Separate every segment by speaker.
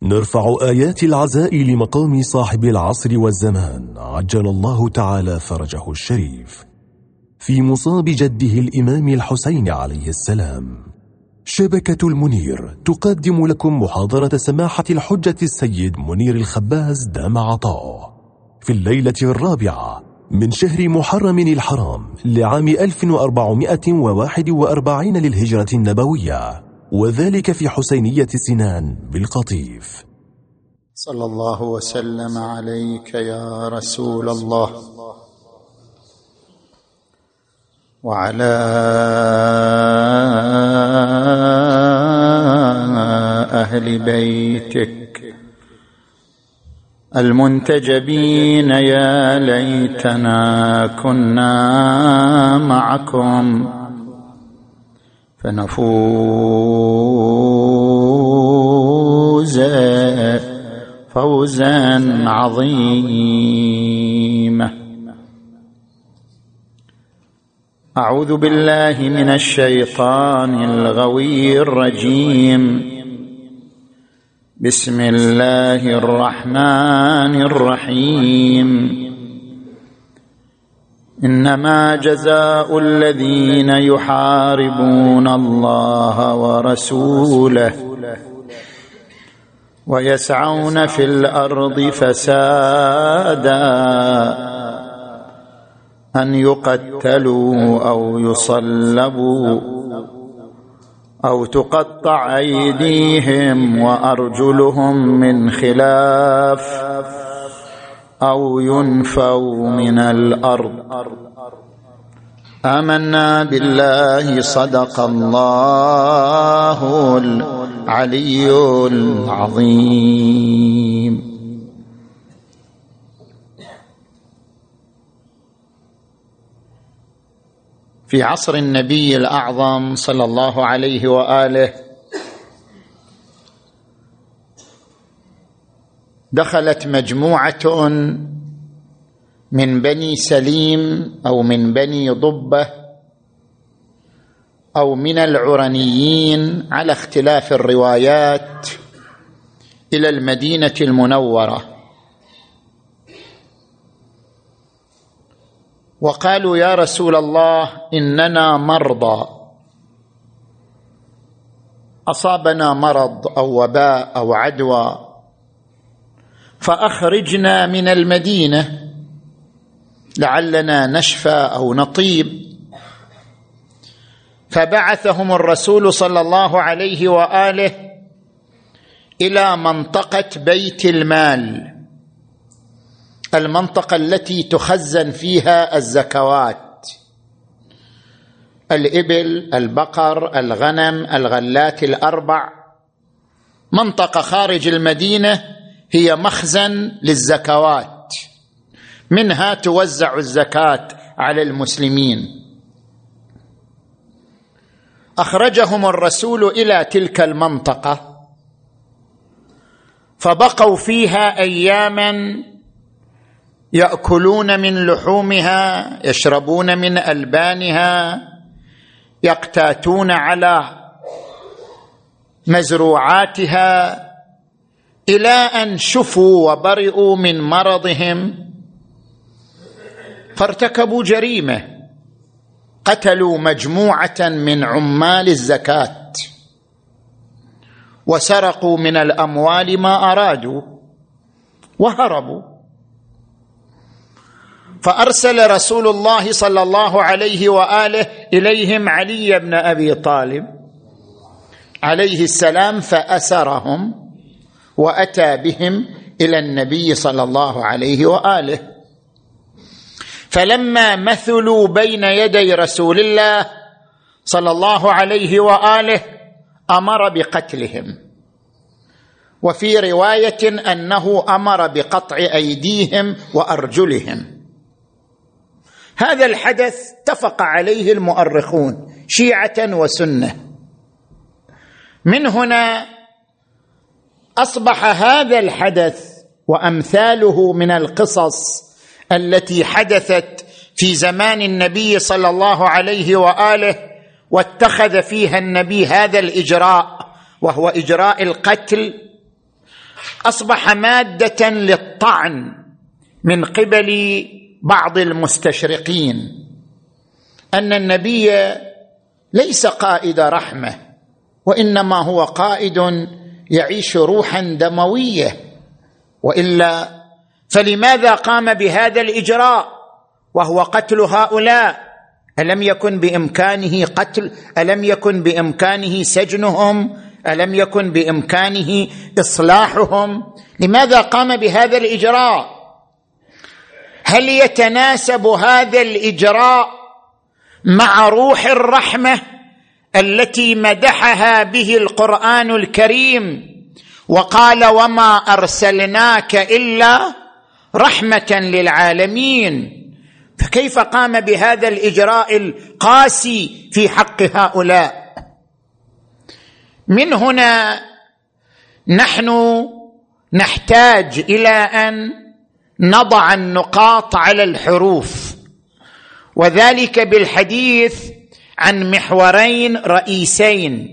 Speaker 1: نرفع آيات العزاء لمقام صاحب العصر والزمان عجل الله تعالى فرجه الشريف في مصاب جده الإمام الحسين عليه السلام. شبكة المنير تقدم لكم محاضرة سماحة الحجة السيد منير الخباز دام عطاؤه في الليلة الرابعة من شهر محرم الحرام لعام 1441 للهجرة النبوية، وذلك في حسينية سنان بالقطيف.
Speaker 2: صلى الله وسلم عليك يا رسول الله وعلى أهل بيتك المنتجبين. يا ليتنا كنا معكم فنفوز فوزا عظيما. أعوذ بالله من الشيطان الغوي الرجيم. بسم الله الرحمن الرحيم. إنما جزاء الذين يحاربون الله ورسوله ويسعون في الأرض فسادا أن يقتلوا أو يصلبوا أو تقطع أيديهم وأرجلهم من خلاف أو ينفوا من الأرض. آمنا بالله صدق الله العلي العظيم. في عصر النبي الأعظم صلى الله عليه وآله دخلت مجموعة من بني سليم أو من بني ضبة أو من العرنيين على اختلاف الروايات إلى المدينة المنورة، وقالوا يا رسول الله إننا مرضى، أصابنا مرض أو وباء أو عدوى فأخرجنا من المدينة لعلنا نشفى أو نطيب. فبعثهم الرسول صلى الله عليه وآله إلى منطقة بيت المال، المنطقة التي تخزن فيها الزكوات، الإبل، البقر، الغنم، الغلات الأربع. منطقة خارج المدينة هي مخزن للزكوات، منها توزع الزكاة على المسلمين. أخرجهم الرسول إلى تلك المنطقة فبقوا فيها أياما يأكلون من لحومها، يشربون من ألبانها، يقتاتون على مزروعاتها، إلى أن شفوا وبرئوا من مرضهم فارتكبوا جريمة، قتلوا مجموعة من عمال الزكاة وسرقوا من الأموال ما أرادوا وهربوا. فأرسل رسول الله صلى الله عليه وآله إليهم علي بن أبي طالب عليه السلام فأسرهم وأتى بهم إلى النبي صلى الله عليه وآله. فلما مثلوا بين يدي رسول الله صلى الله عليه وآله أمر بقتلهم، وفي رواية أنه أمر بقطع أيديهم وأرجلهم. هذا الحدث اتفق عليه المؤرخون شيعة وسنة. من هنا أصبح هذا الحدث وأمثاله من القصص التي حدثت في زمان النبي صلى الله عليه وآله واتخذ فيها النبي هذا الإجراء، وهو إجراء القتل، أصبح مادة للطعن من قبل بعض المستشرقين أن النبي ليس قائد رحمة، وإنما هو قائد يعيش روحا دموية، وإلا فلماذا قام بهذا الإجراء وهو قتل هؤلاء؟ ألم يكن بإمكانه قتل؟ ألم يكن بإمكانه سجنهم؟ ألم يكن بإمكانه إصلاحهم؟ لماذا قام بهذا الإجراء؟ هل يتناسب هذا الإجراء مع روح الرحمة التي مدحها به القرآن الكريم وقال وما أرسلناك إلا رحمة للعالمين؟ فكيف قام بهذا الإجراء القاسي في حق هؤلاء؟ من هنا نحن نحتاج إلى أن نضع النقاط على الحروف، وذلك بالحديث عن محورين رئيسين: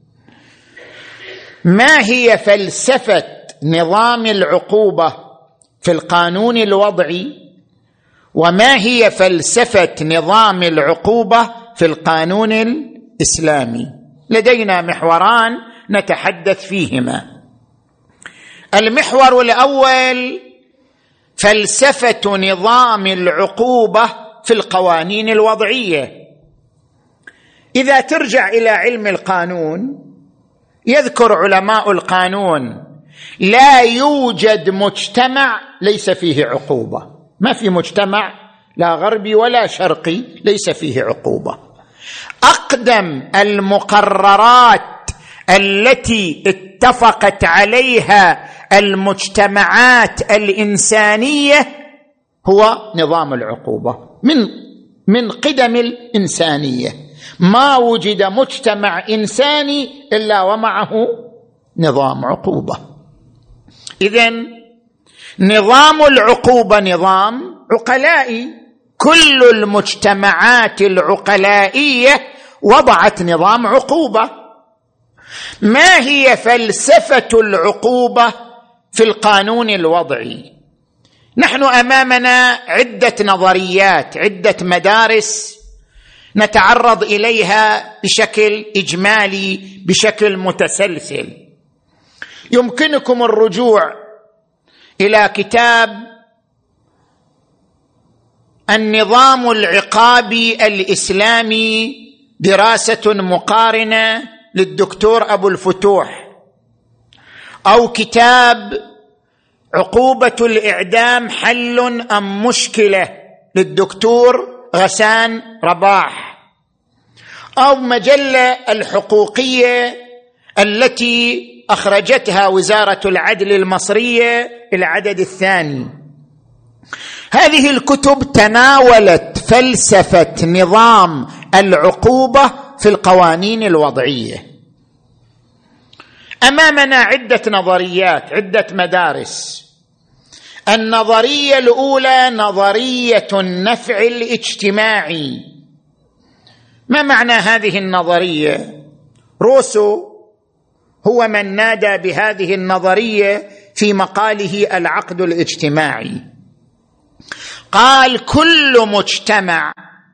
Speaker 2: ما هي فلسفة نظام العقوبة في القانون الوضعي، وما هي فلسفة نظام العقوبة في القانون الإسلامي. لدينا محوران نتحدث فيهما. المحور الأول فلسفة نظام العقوبة في القوانين الوضعية. إذا ترجع إلى علم القانون يذكر علماء القانون لا يوجد مجتمع ليس فيه عقوبة، ما في مجتمع لا غربي ولا شرقي ليس فيه عقوبة. أقدم المقررات التي اتفقت عليها المجتمعات الإنسانية هو نظام العقوبة. من قدم الإنسانية ما وجد مجتمع إنساني إلا ومعه نظام عقوبة. إذن نظام العقوبة نظام عقلائي، كل المجتمعات العقلائية وضعت نظام عقوبة. ما هي فلسفة العقوبة في القانون الوضعي؟ نحن أمامنا عدة نظريات، عدة مدارس نتعرض إليها بشكل إجمالي بشكل متسلسل. يمكنكم الرجوع إلى كتاب النظام العقابي الإسلامي دراسة مقارنة للدكتور أبو الفتوح، أو كتاب عقوبة الإعدام حل أم مشكلة للدكتور غسان رباح، أو مجلة الحقوقية التي أخرجتها وزارة العدل المصرية العدد الثاني. هذه الكتب تناولت فلسفة نظام العقوبة في القوانين الوضعية. أمامنا عدة نظريات، عدة مدارس. النظرية الأولى نظرية النفع الاجتماعي. ما معنى هذه النظرية؟ روسو هو من نادى بهذه النظرية في مقاله العقد الاجتماعي. قال كل مجتمع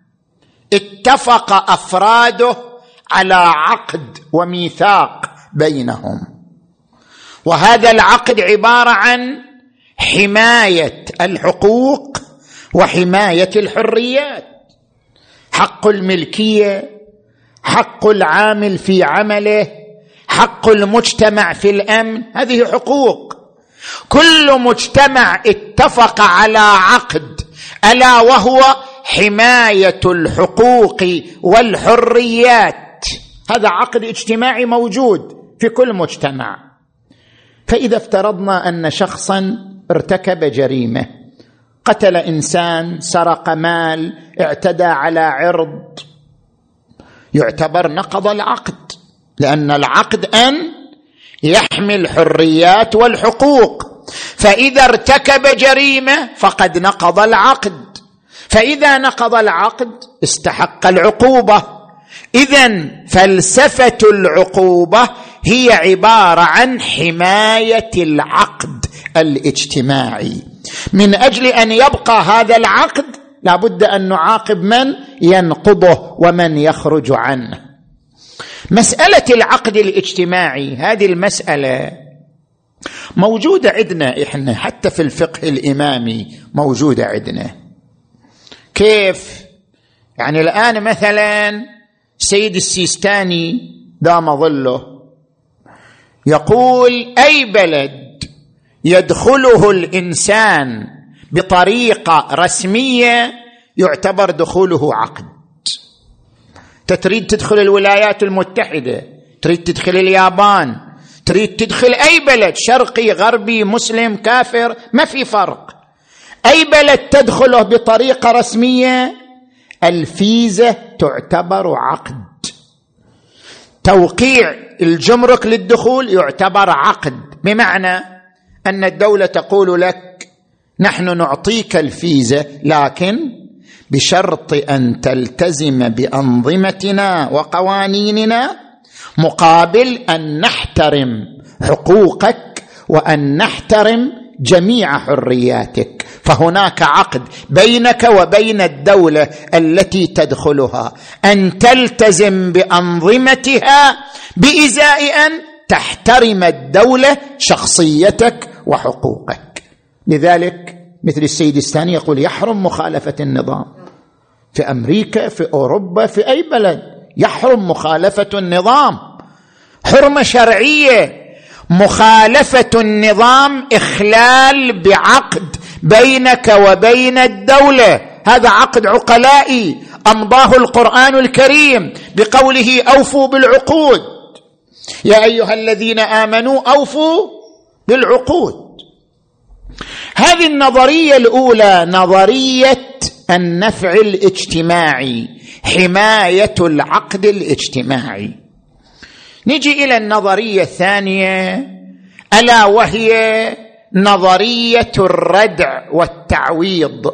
Speaker 2: اتفق أفراده على عقد وميثاق بينهم، وهذا العقد عبارة عن حماية الحقوق وحماية الحريات، حق الملكية، حق العامل في عمله، حق المجتمع في الأمن، هذه حقوق. كل مجتمع اتفق على عقد ألا وهو حماية الحقوق والحريات. هذا عقد اجتماعي موجود في كل مجتمع. فإذا افترضنا أن شخصا ارتكب جريمة، قتل إنسان، سرق مال، اعتدى على عرض، يعتبر نقض العقد، لأن العقد أن يحمي الحريات والحقوق. فإذا ارتكب جريمة فقد نقض العقد، فإذا نقض العقد استحق العقوبة. إذن فلسفة العقوبة هي عبارة عن حماية العقد الاجتماعي. من أجل أن يبقى هذا العقد لابد أن نعاقب من ينقضه ومن يخرج عنه. مسألة العقد الاجتماعي هذه المسألة موجودة عندنا إحنا حتى في الفقه الإمامي، موجودة عندنا. كيف؟ يعني الآن مثلا سيد السيستاني دام ظله يقول أي بلد يدخله الإنسان بطريقة رسمية يعتبر دخوله عقد. تريد تدخل الولايات المتحدة، تريد تدخل اليابان، تريد تدخل أي بلد شرقي غربي مسلم كافر، ما في فرق، أي بلد تدخله بطريقة رسمية الفيزة تعتبر عقد. توقيع الجمرك للدخول يعتبر عقد، بمعنى أن الدولة تقول لك نحن نعطيك الفيزة لكن بشرط أن تلتزم بأنظمتنا وقوانيننا مقابل أن نحترم حقوقك وأن نحترم جميع حرياتك. فهناك عقد بينك وبين الدولة التي تدخلها أن تلتزم بأنظمتها بإزاء أن تحترم الدولة شخصيتك وحقوقك. لذلك مثل السيدستاني يقول يحرم مخالفة النظام في أمريكا، في أوروبا، في أي بلد يحرم مخالفة النظام، حرمة شرعية. مخالفة النظام إخلال بعقد بينك وبين الدولة، هذا عقد عقلائي أمضاه القرآن الكريم بقوله أوفوا بالعقود، يا أيها الذين آمنوا أوفوا بالعقود. هذه النظرية الأولى نظرية النفع الاجتماعي، حماية العقد الاجتماعي. نجي إلى النظرية الثانية ألا وهي نظرية الردع والتعويض.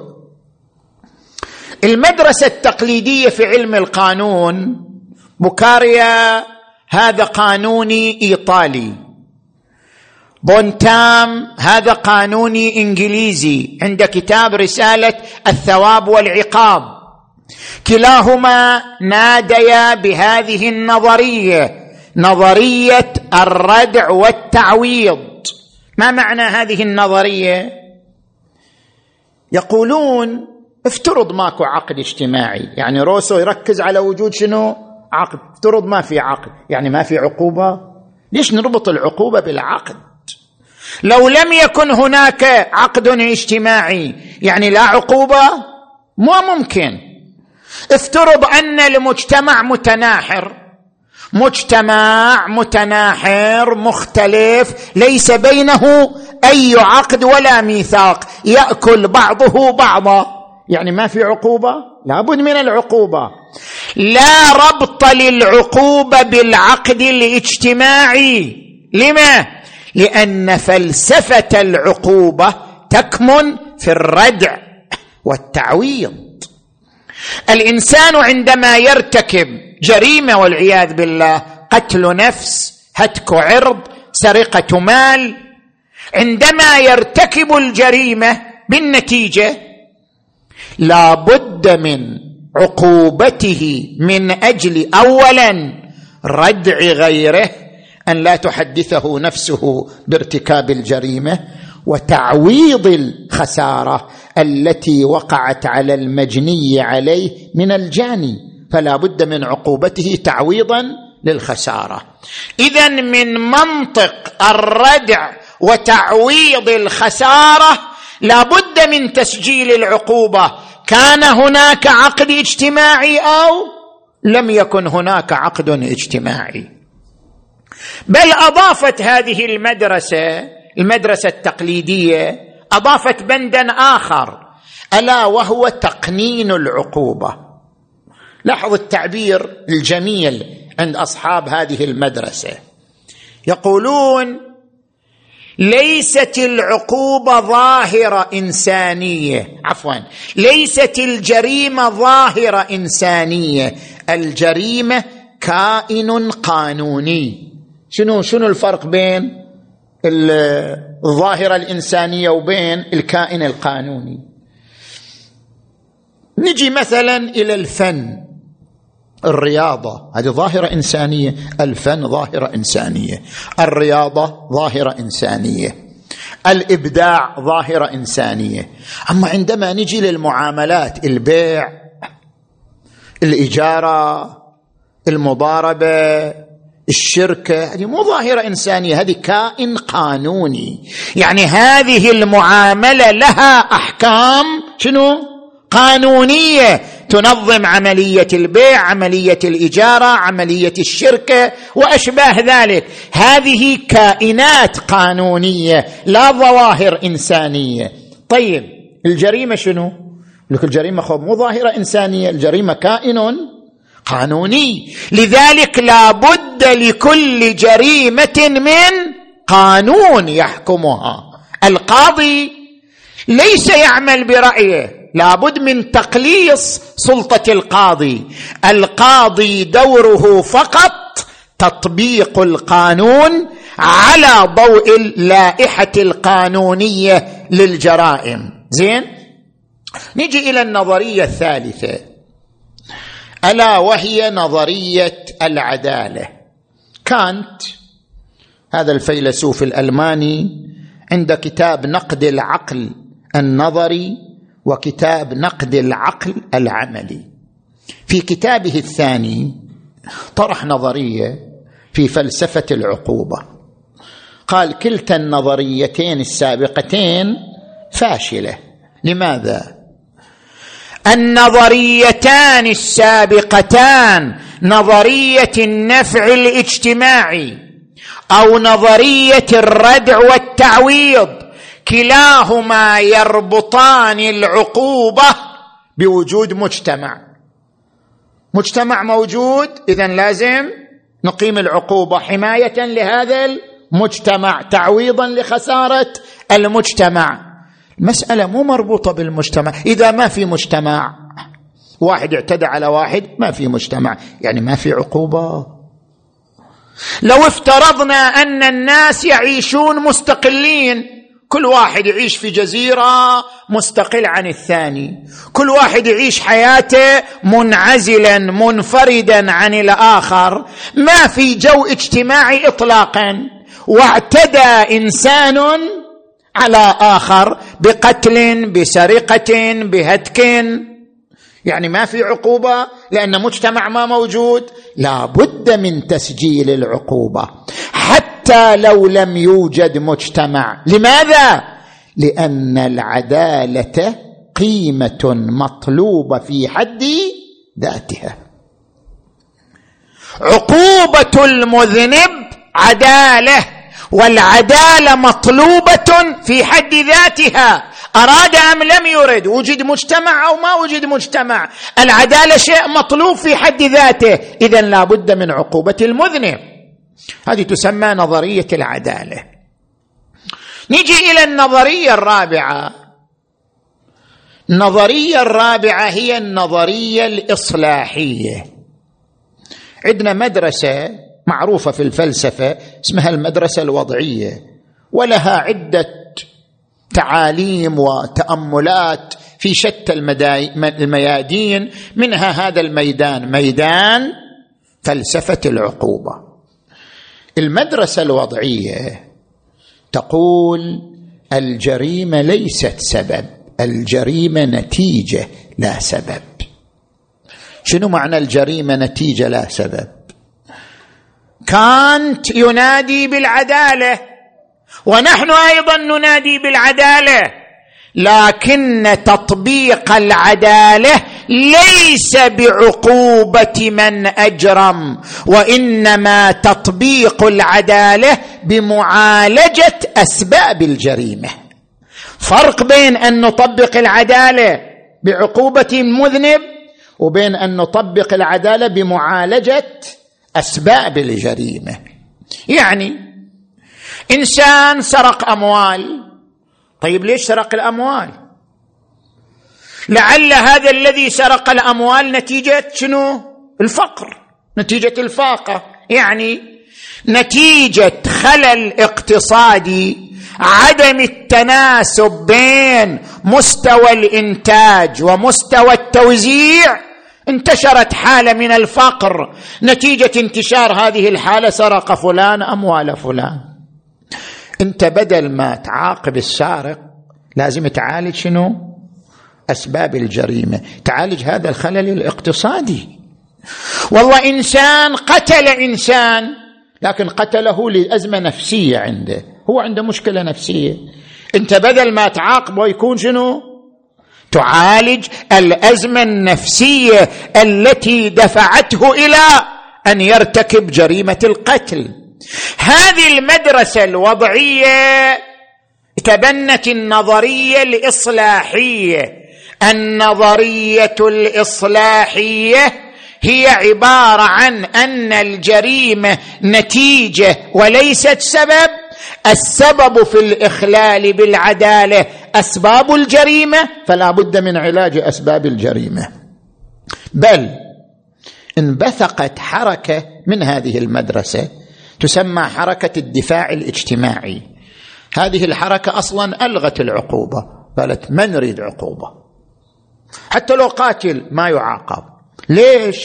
Speaker 2: المدرسة التقليدية في علم القانون، بوكاريا هذا قانوني إيطالي، بونتام هذا قانوني إنجليزي، عند كتاب رسالة الثواب والعقاب، كلاهما ناديا بهذه النظرية، نظرية الردع والتعويض. ما معنى هذه النظرية؟ يقولون افترض ماكو عقد اجتماعي، يعني روسو يركز على وجود شنو؟ عقد. افترض ما في عقد، يعني ما في عقوبة. ليش نربط العقوبة بالعقد؟ لو لم يكن هناك عقد اجتماعي يعني لا عقوبة؟ ما ممكن. افترض أن المجتمع متناحر، مجتمع متناحر مختلف ليس بينه أي عقد ولا ميثاق، يأكل بعضه بعضا، يعني ما في عقوبة؟ لابد من العقوبة. لا ربط للعقوبة بالعقد الاجتماعي. لما؟ لأن فلسفة العقوبة تكمن في الردع والتعويض. الإنسان عندما يرتكب جريمة والعياذ بالله، قتل نفس، هتك عرض، سرقة مال، عندما يرتكب الجريمة بالنتيجة لا بد من عقوبته من أجل أولا ردع غيره، أن لا تحدثه نفسه بارتكاب الجريمة، وتعويض الخسارة التي وقعت على المجني عليه من الجاني، فلا بد من عقوبته تعويضا للخسارة. إذن من منطق الردع وتعويض الخسارة لا بد من تسجيل العقوبة، كان هناك عقد اجتماعي أو لم يكن هناك عقد اجتماعي. بل أضافت هذه المدرسة التقليدية أضافت بندا آخر ألا وهو تقنين العقوبة. لاحظ التعبير الجميل عند أصحاب هذه المدرسة، يقولون ليست العقوبة ظاهرة إنسانية، ليست الجريمة ظاهرة إنسانية، الجريمة كائن قانوني. شنو الفرق بين الظاهرة الإنسانية وبين الكائن القانوني؟ نجي مثلا إلى الفن، الرياضة هذه ظاهرة إنسانية، الفن ظاهرة إنسانية، الرياضة ظاهرة إنسانية، الإبداع ظاهرة إنسانية. أما عندما نجي للمعاملات، البيع، الإجارة، المضاربة، الشركة، هذه مو ظاهرة إنسانية، هذه كائن قانوني. يعني هذه المعاملة لها أحكام قانونية تنظم عملية البيع، عملية الإجارة، عملية الشركة وأشباه ذلك. هذه كائنات قانونية لا ظواهر إنسانية. طيب الجريمة شنو؟ لك الجريمة مو ظاهرة إنسانية، الجريمة كائن قانوني. لذلك لا بد لكل جريمة من قانون يحكمها. القاضي ليس يعمل برأيه، لا بد من تقليص سلطة القاضي. القاضي دوره فقط تطبيق القانون على ضوء اللائحة القانونية للجرائم. زين، نجي إلى النظرية الثالثة، ألا وهي نظرية العدالة. كانت هذا الفيلسوف الألماني عند كتاب نقد العقل النظري وكتاب نقد العقل العملي. في كتابه الثاني طرح نظرية في فلسفة العقوبة، قال كلتا النظريتين السابقتين فاشلة. لماذا؟ النظريتان السابقتان، نظرية النفع الاجتماعي أو نظرية الردع والتعويض، كلاهما يربطان العقوبة بوجود مجتمع موجود، إذن لازم نقيم العقوبة حماية لهذا المجتمع، تعويضا لخسارة المجتمع. المسألة مو مربوطة بالمجتمع. إذا ما في مجتمع، واحد اعتدى على واحد، ما في مجتمع، يعني ما في عقوبة. لو افترضنا أن الناس يعيشون مستقلين، كل واحد يعيش في جزيرة مستقل عن الثاني، كل واحد يعيش حياته منعزلا منفردا عن الآخر، ما في جو اجتماعي إطلاقا، واعتدى إنسان على آخر بقتل، بسرقة، بهتك، يعني ما في عقوبة لأن مجتمع ما موجود. لا بد من تسجيل العقوبة حتى لو لم يوجد مجتمع. لماذا؟ لأن العدالة قيمة مطلوبة في حد ذاتها. عقوبة المذنب عدالة، والعدالة مطلوبة في حد ذاتها، أراد أم لم يرد، وجد مجتمع أو ما وجد مجتمع، العدالة شيء مطلوب في حد ذاته، إذن لا بد من عقوبة المذنب. هذه تسمى نظرية العدالة. نجي إلى النظرية الرابعة. النظرية الرابعة هي النظرية الإصلاحية. عندنا مدرسة معروفة في الفلسفة اسمها المدرسة الوضعية، ولها عدة تعاليم وتأملات في شتى الميادين، منها هذا الميدان، ميدان فلسفة العقوبة. المدرسة الوضعية تقول الجريمة ليست سبب، الجريمة نتيجة لا سبب. شنو معنى الجريمة نتيجة لا سبب؟ كانت ينادي بالعدالة، ونحن أيضا ننادي بالعدالة، لكن تطبيق العدالة ليس بعقوبة من أجرم، وإنما تطبيق العدالة بمعالجة أسباب الجريمة. فرق بين أن نطبق العدالة بعقوبة مذنب وبين أن نطبق العدالة بمعالجة أسباب الجريمة. يعني إنسان سرق أموال، طيب ليش سرق الأموال؟ لعل هذا الذي سرق الأموال نتيجة شنو؟ الفقر، نتيجة الفاقة. يعني نتيجة خلل اقتصادي، عدم التناسب بين مستوى الإنتاج ومستوى التوزيع، انتشرت حالة من الفقر. نتيجة انتشار هذه الحالة سرق فلان أموال فلان. انت بدل ما تعاقب السارق لازم تعالج شنو؟ أسباب الجريمة، تعالج هذا الخلل الاقتصادي. والله إنسان قتل إنسان، لكن قتله لأزمة نفسية عنده، هو عنده مشكلة نفسية. انت بدل ما تعاقبه يكون شنو؟ تعالج الأزمة النفسية التي دفعته إلى أن يرتكب جريمة القتل. هذه المدرسة الوضعية تبنت النظرية الإصلاحية. النظرية الإصلاحية هي عبارة عن أن الجريمة نتيجة وليست سبب. السبب في الإخلال بالعدالة أسباب الجريمة، فلا بد من علاج أسباب الجريمة. بل انبثقت حركة من هذه المدرسة تسمى حركة الدفاع الاجتماعي. هذه الحركة أصلا ألغت العقوبة، قالت ما نريد عقوبة، حتى لو قاتل ما يعاقب. ليش؟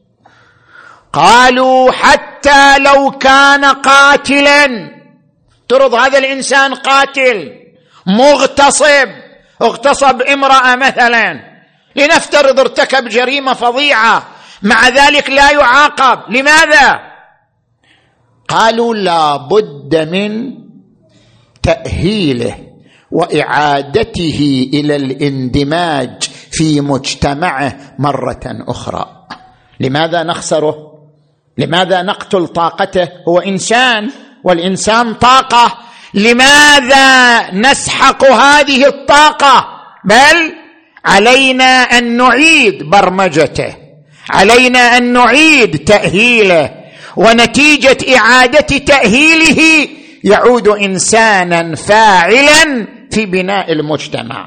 Speaker 2: قالوا حتى لو كان قاتلا، ترض هذا الإنسان قاتل مغتصب، اغتصب امرأة مثلا، لنفترض ارتكب جريمة فظيعة، مع ذلك لا يعاقب. لماذا؟ قالوا لا بد من تأهيله وإعادته إلى الاندماج في مجتمعه مرة أخرى. لماذا نخسره؟ لماذا نقتل طاقته؟ هو إنسان والإنسان طاقة. لماذا نسحق هذه الطاقة؟ بل علينا أن نعيد برمجته، علينا أن نعيد تأهيله، ونتيجة إعادة تأهيله يعود إنسانا فاعلا في بناء المجتمع.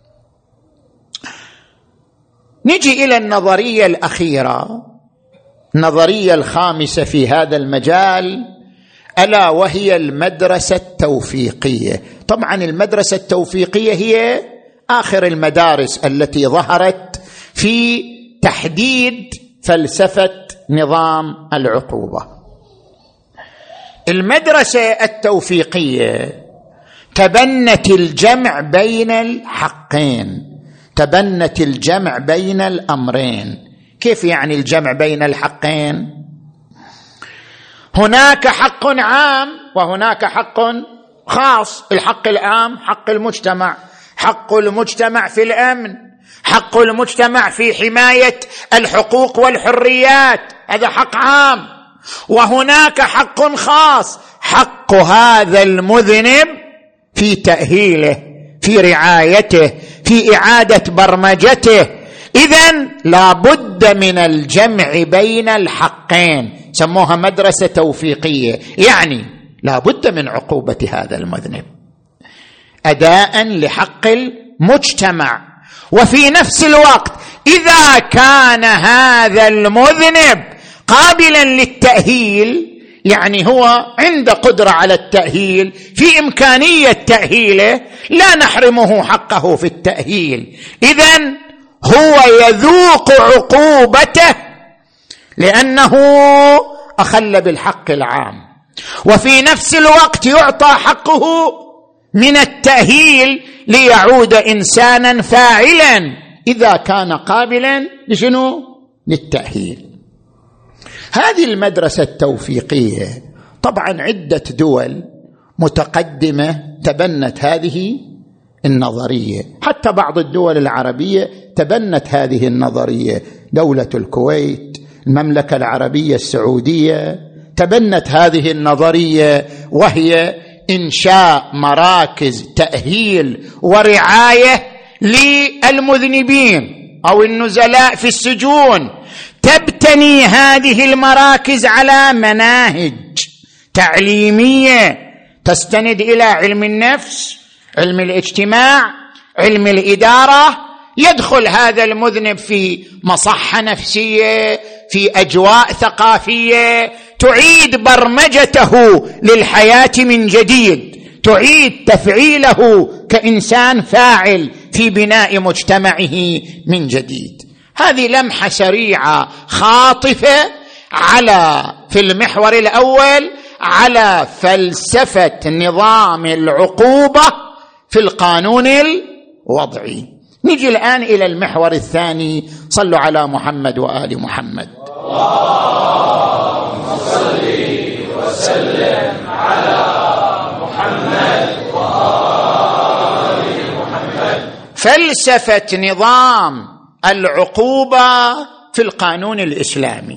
Speaker 2: نجي إلى النظرية الأخيرة، النظرية الخامسة في هذا المجال، ألا وهي المدرسة التوفيقية. طبعا المدرسة التوفيقية هي آخر المدارس التي ظهرت في تحديد فلسفة نظام العقوبة. المدرسة التوفيقية تبنت الجمع بين الحقين، تبنت الجمع بين الأمرين. كيف يعني الجمع بين الحقين؟ هناك حق عام وهناك حق خاص. الحق العام حق المجتمع، حق المجتمع في الأمن، حق المجتمع في حماية الحقوق والحريات، هذا حق عام. وهناك حق خاص، حق هذا المذنب في تأهيله، في رعايته، في إعادة برمجته. إذن لا بد من الجمع بين الحقين، سموها مدرسة توفيقية. يعني لا بد من عقوبة هذا المذنب أداء لحق المجتمع، وفي نفس الوقت إذا كان هذا المذنب قابلا للتأهيل، يعني هو عنده قدرة على التأهيل، في إمكانية تأهيله، لا نحرمه حقه في التأهيل. إذن هو يذوق عقوبته لأنه أخل بالحق العام، وفي نفس الوقت يعطى حقه من التأهيل ليعود إنسانا فاعلا إذا كان قابلا لشنو؟ للتأهيل. هذه المدرسة التوفيقية طبعا عدة دول متقدمة تبنت هذه النظرية، حتى بعض الدول العربية تبنت هذه النظرية. دولة الكويت، المملكة العربية السعودية تبنت هذه النظرية، وهي إنشاء مراكز تأهيل ورعاية للمذنبين أو النزلاء في السجون. تبتني هذه المراكز على مناهج تعليمية تستند إلى علم النفس، علم الاجتماع، علم الإدارة. يدخل هذا المذنب في مصحة نفسية، في أجواء ثقافية تعيد برمجته للحياة من جديد، تعيد تفعيله كإنسان فاعل في بناء مجتمعه من جديد. هذه لمحة سريعة خاطفة في المحور الأول على فلسفة نظام العقوبة في القانون الوضعي. نجي الآن إلى المحور الثاني. صلوا على محمد وآل محمد.
Speaker 3: اللهم صل وسلم على محمد وآل محمد.
Speaker 2: فلسفة نظام العقوبة في القانون الإسلامي.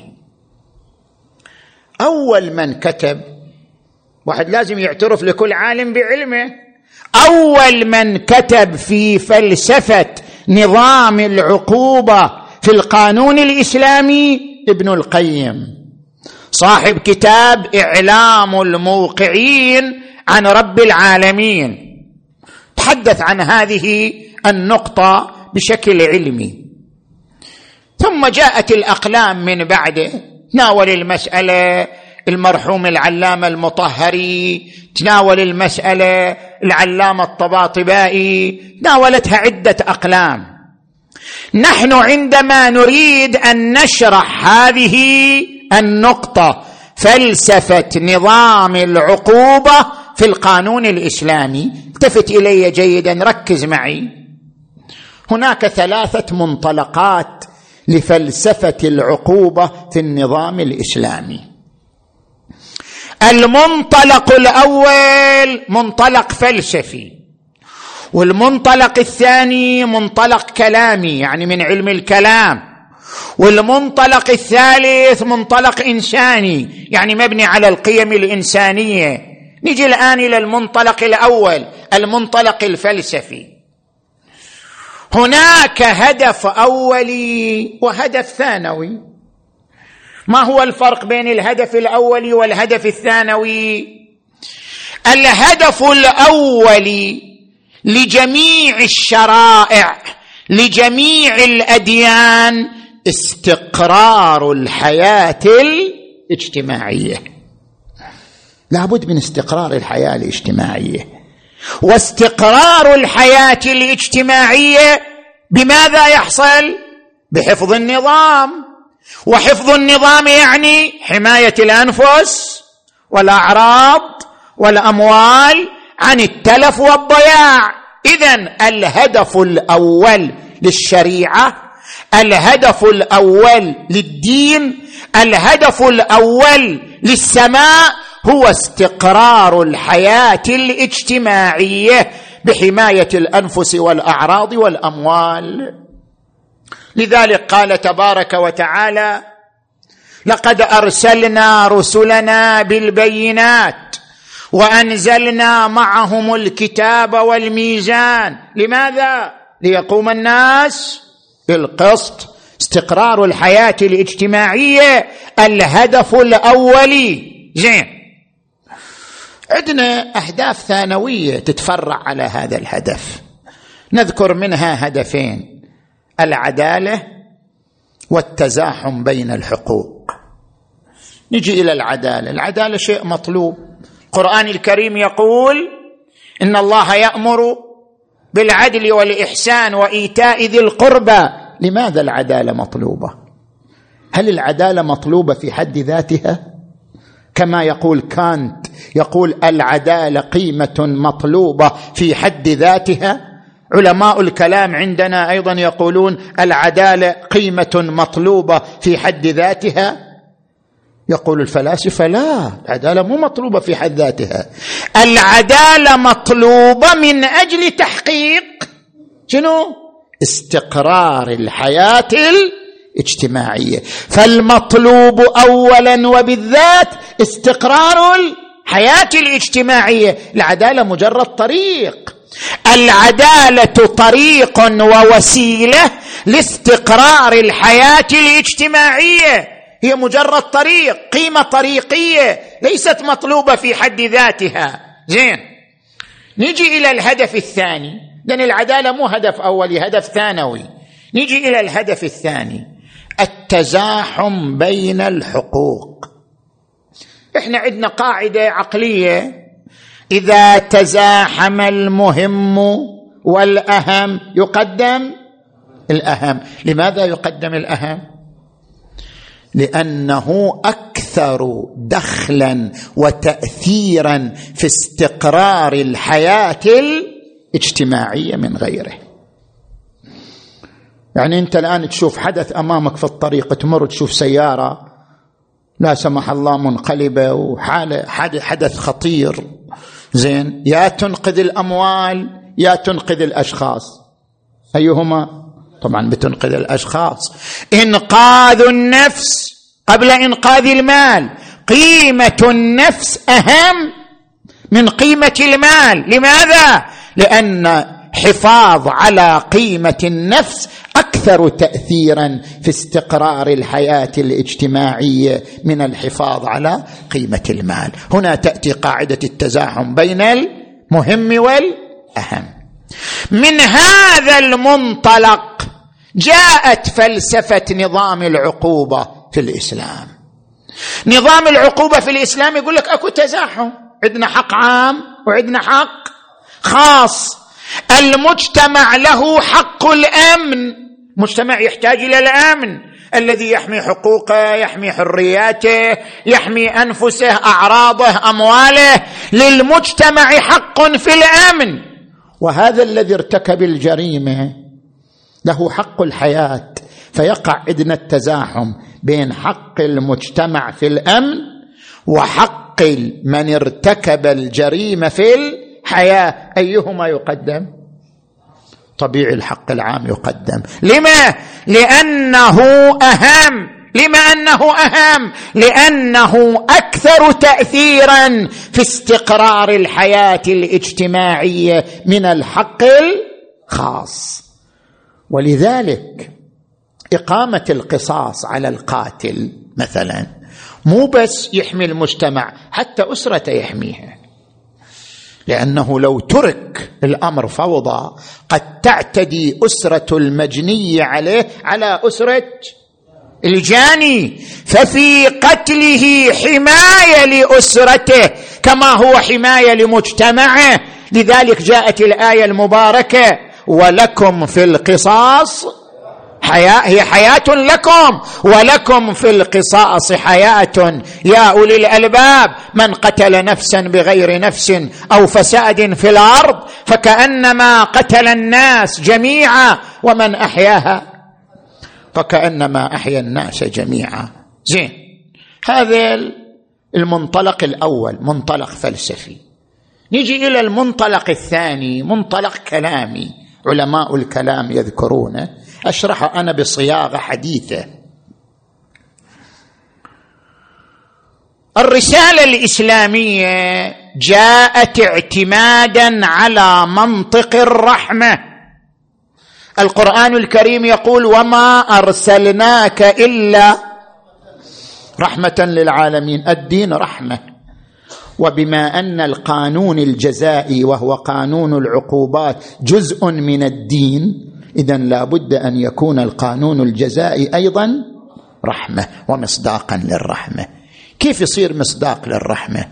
Speaker 2: أول من كتب، واحد لازم يعترف لكل عالم بعلمه، أول من كتب في فلسفة نظام العقوبة في القانون الإسلامي ابن القيم، صاحب كتاب إعلام الموقعين عن رب العالمين. تحدث عن هذه النقطة بشكل علمي. ثم جاءت الأقلام من بعده، تناول المسألة المرحوم العلامة المطهري، تناول المسألة العلامة الطباطبائي، تناولتها عدة أقلام. نحن عندما نريد أن نشرح هذه النقطة، فلسفة نظام العقوبة في القانون الإسلامي، التفت إلي جيدا، ركز معي. هناك 3 منطلقات لفلسفة العقوبة في النظام الإسلامي. المنطلق الأول منطلق فلسفي، والمنطلق الثاني منطلق كلامي يعني من علم الكلام، والمنطلق الثالث منطلق إنساني يعني مبني على القيم الإنسانية. نجي الآن إلى المنطلق الأول، المنطلق الفلسفي. هناك هدف أولي وهدف ثانوي. ما هو الفرق بين الهدف الأولي والهدف الثانوي؟ الهدف الأولي لجميع الشرائع، لجميع الأديان، استقرار الحياة الاجتماعية. لابد من استقرار الحياة الاجتماعية. واستقرار الحياة الاجتماعية بماذا يحصل؟ بحفظ النظام. وحفظ النظام يعني حماية الأنفس والأعراض والأموال عن التلف والضياع. إذن الهدف الأول للشريعة، الهدف الأول للدين، الهدف الأول للسماء هو استقرار الحياة الاجتماعية بحماية الأنفس والأعراض والأموال. لذلك قال تبارك وتعالى: لقد أرسلنا رسلنا بالبينات وأنزلنا معهم الكتاب والميزان. لماذا؟ ليقوم الناس بالقسط. استقرار الحياة الاجتماعية الهدف الأولي. زين، عندنا أهداف ثانوية تتفرع على هذا الهدف، نذكر منها هدفين: العدالة والتزاحم بين الحقوق. نجي إلى العدالة. العدالة شيء مطلوب. القرآن الكريم يقول: إن الله يأمر بالعدل والإحسان وإيتاء ذي القربى. لماذا العدالة مطلوبة؟ هل العدالة مطلوبة في حد ذاتها؟ كما يقول كانت، يقول العدالة قيمة مطلوبة في حد ذاتها. علماء الكلام عندنا أيضا يقولون العدالة قيمة مطلوبة في حد ذاتها. يقول الفلاسفة لا، العدالة مو مطلوبة في حد ذاتها، العدالة مطلوبة من أجل تحقيق شنو؟ استقرار الحياة الاجتماعية. فالمطلوب أولا وبالذات استقرار الحياة الاجتماعية. العدالة مجرد طريق، العدالة طريق ووسيلة لاستقرار الحياة الاجتماعية، هي مجرد طريق، قيمة طريقية ليست مطلوبة في حد ذاتها. زين، نيجي إلى الهدف الثاني، لأن العدالة مو هدف أولي، هدف ثانوي. نيجي إلى الهدف الثاني: التزاحم بين الحقوق. إحنا عندنا قاعدة عقلية: إذا تزاحم المهم والأهم يقدم الأهم. لماذا يقدم الأهم؟ لأنه أكثر دخلا وتأثيرا في استقرار الحياة الاجتماعية من غيره. يعني أنت الآن تشوف حدث أمامك في الطريق، تمر تشوف سيارة لا سمح الله منقلبة وحالة حدث خطير، زين، يا تنقذ الأموال يا تنقذ الأشخاص، أيهما؟ طبعا بتنقذ الأشخاص. إنقاذ النفس قبل إنقاذ المال. قيمة النفس أهم من قيمة المال. لماذا؟ لأن حفاظ على قيمة النفس أكثر تأثيرا في استقرار الحياة الاجتماعية من الحفاظ على قيمة المال. هنا تأتي قاعدة التزاحم بين المهم والأهم. من هذا المنطلق جاءت فلسفة نظام العقوبة في الإسلام. نظام العقوبة في الإسلام يقول لك أكو تزاحم، عندنا حق عام وعندنا حق خاص. المجتمع له حق الأمن، مجتمع يحتاج إلى الأمن الذي يحمي حقوقه، يحمي حرياته، يحمي أنفسه، أعراضه، أمواله. للمجتمع حق في الأمن. وهذا الذي ارتكب الجريمة له حق الحياة، فيقع عندنا التزاحم بين حق المجتمع في الأمن وحق من ارتكب الجريمة في الحياة. أيهما يقدم؟ طبيعي الحق العام يقدم. لما؟ لأنه أهم. لما أنه أهم؟ لأنه أكثر تأثيرا في استقرار الحياة الاجتماعية من الحق الخاص. ولذلك إقامة القصاص على القاتل مثلا مو بس يحمي المجتمع، حتى أسرته يحميها، لأنه لو ترك الأمر فوضى قد تعتدي أسرة المجني عليه على أسرة الجاني، ففي قتله حماية لأسرته كما هو حماية لمجتمعه. لذلك جاءت الآية المباركة: ولكم في القصاص حياة، هي حياة لكم، ولكم في القصاص حياة يا أولي الألباب، من قتل نفسا بغير نفس أو فساد في الأرض فكأنما قتل الناس جميعا، ومن أحياها فكأنما أحيا الناس جميعا. زين، هذا المنطلق الأول، منطلق فلسفي. نيجي إلى المنطلق الثاني، منطلق كلامي. علماء الكلام يذكرونه، أشرحه أنا بصياغة حديثة. الرسالة الإسلامية جاءت اعتمادا على منطق الرحمة. القرآن الكريم يقول: وما أرسلناك إلا رحمة للعالمين. الدين رحمة، وبما أن القانون الجزائي وهو قانون العقوبات جزء من الدين، إذن لا بد أن يكون القانون الجزائي أيضا رحمة ومصداقا للرحمة. كيف يصير مصداق للرحمة؟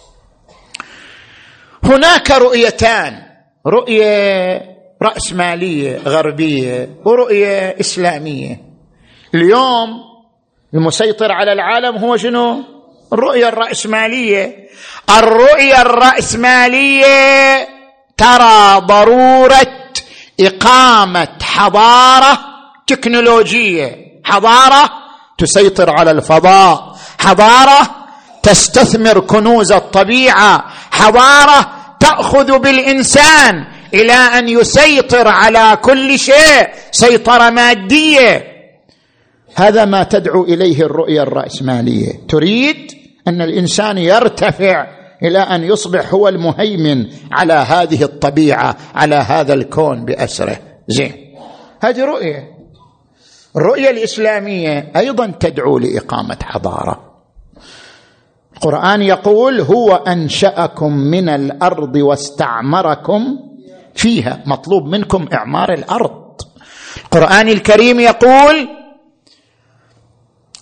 Speaker 2: هناك رؤيتان: رؤية رأسمالية غربية ورؤية إسلامية. اليوم المسيطر على العالم هو شنو؟ الرؤية الرأسمالية. الرؤية الرأسمالية ترى ضرورة إقامة حضارة تكنولوجية، حضارة تسيطر على الفضاء، حضارة تستثمر كنوز الطبيعة، حضارة تأخذ بالإنسان إلى أن يسيطر على كل شيء سيطرة مادية. هذا ما تدعو إليه الرؤية الرأسمالية. تريد أن الإنسان يرتفع إلى أن يصبح هو المهيمن على هذه الطبيعة، على هذا الكون بأسره. زين، هذه رؤية. الرؤية الإسلامية أيضا تدعو لإقامة حضارة. القرآن يقول: هو أنشأكم من الأرض واستعمركم فيها. مطلوب منكم إعمار الأرض. القرآن الكريم يقول: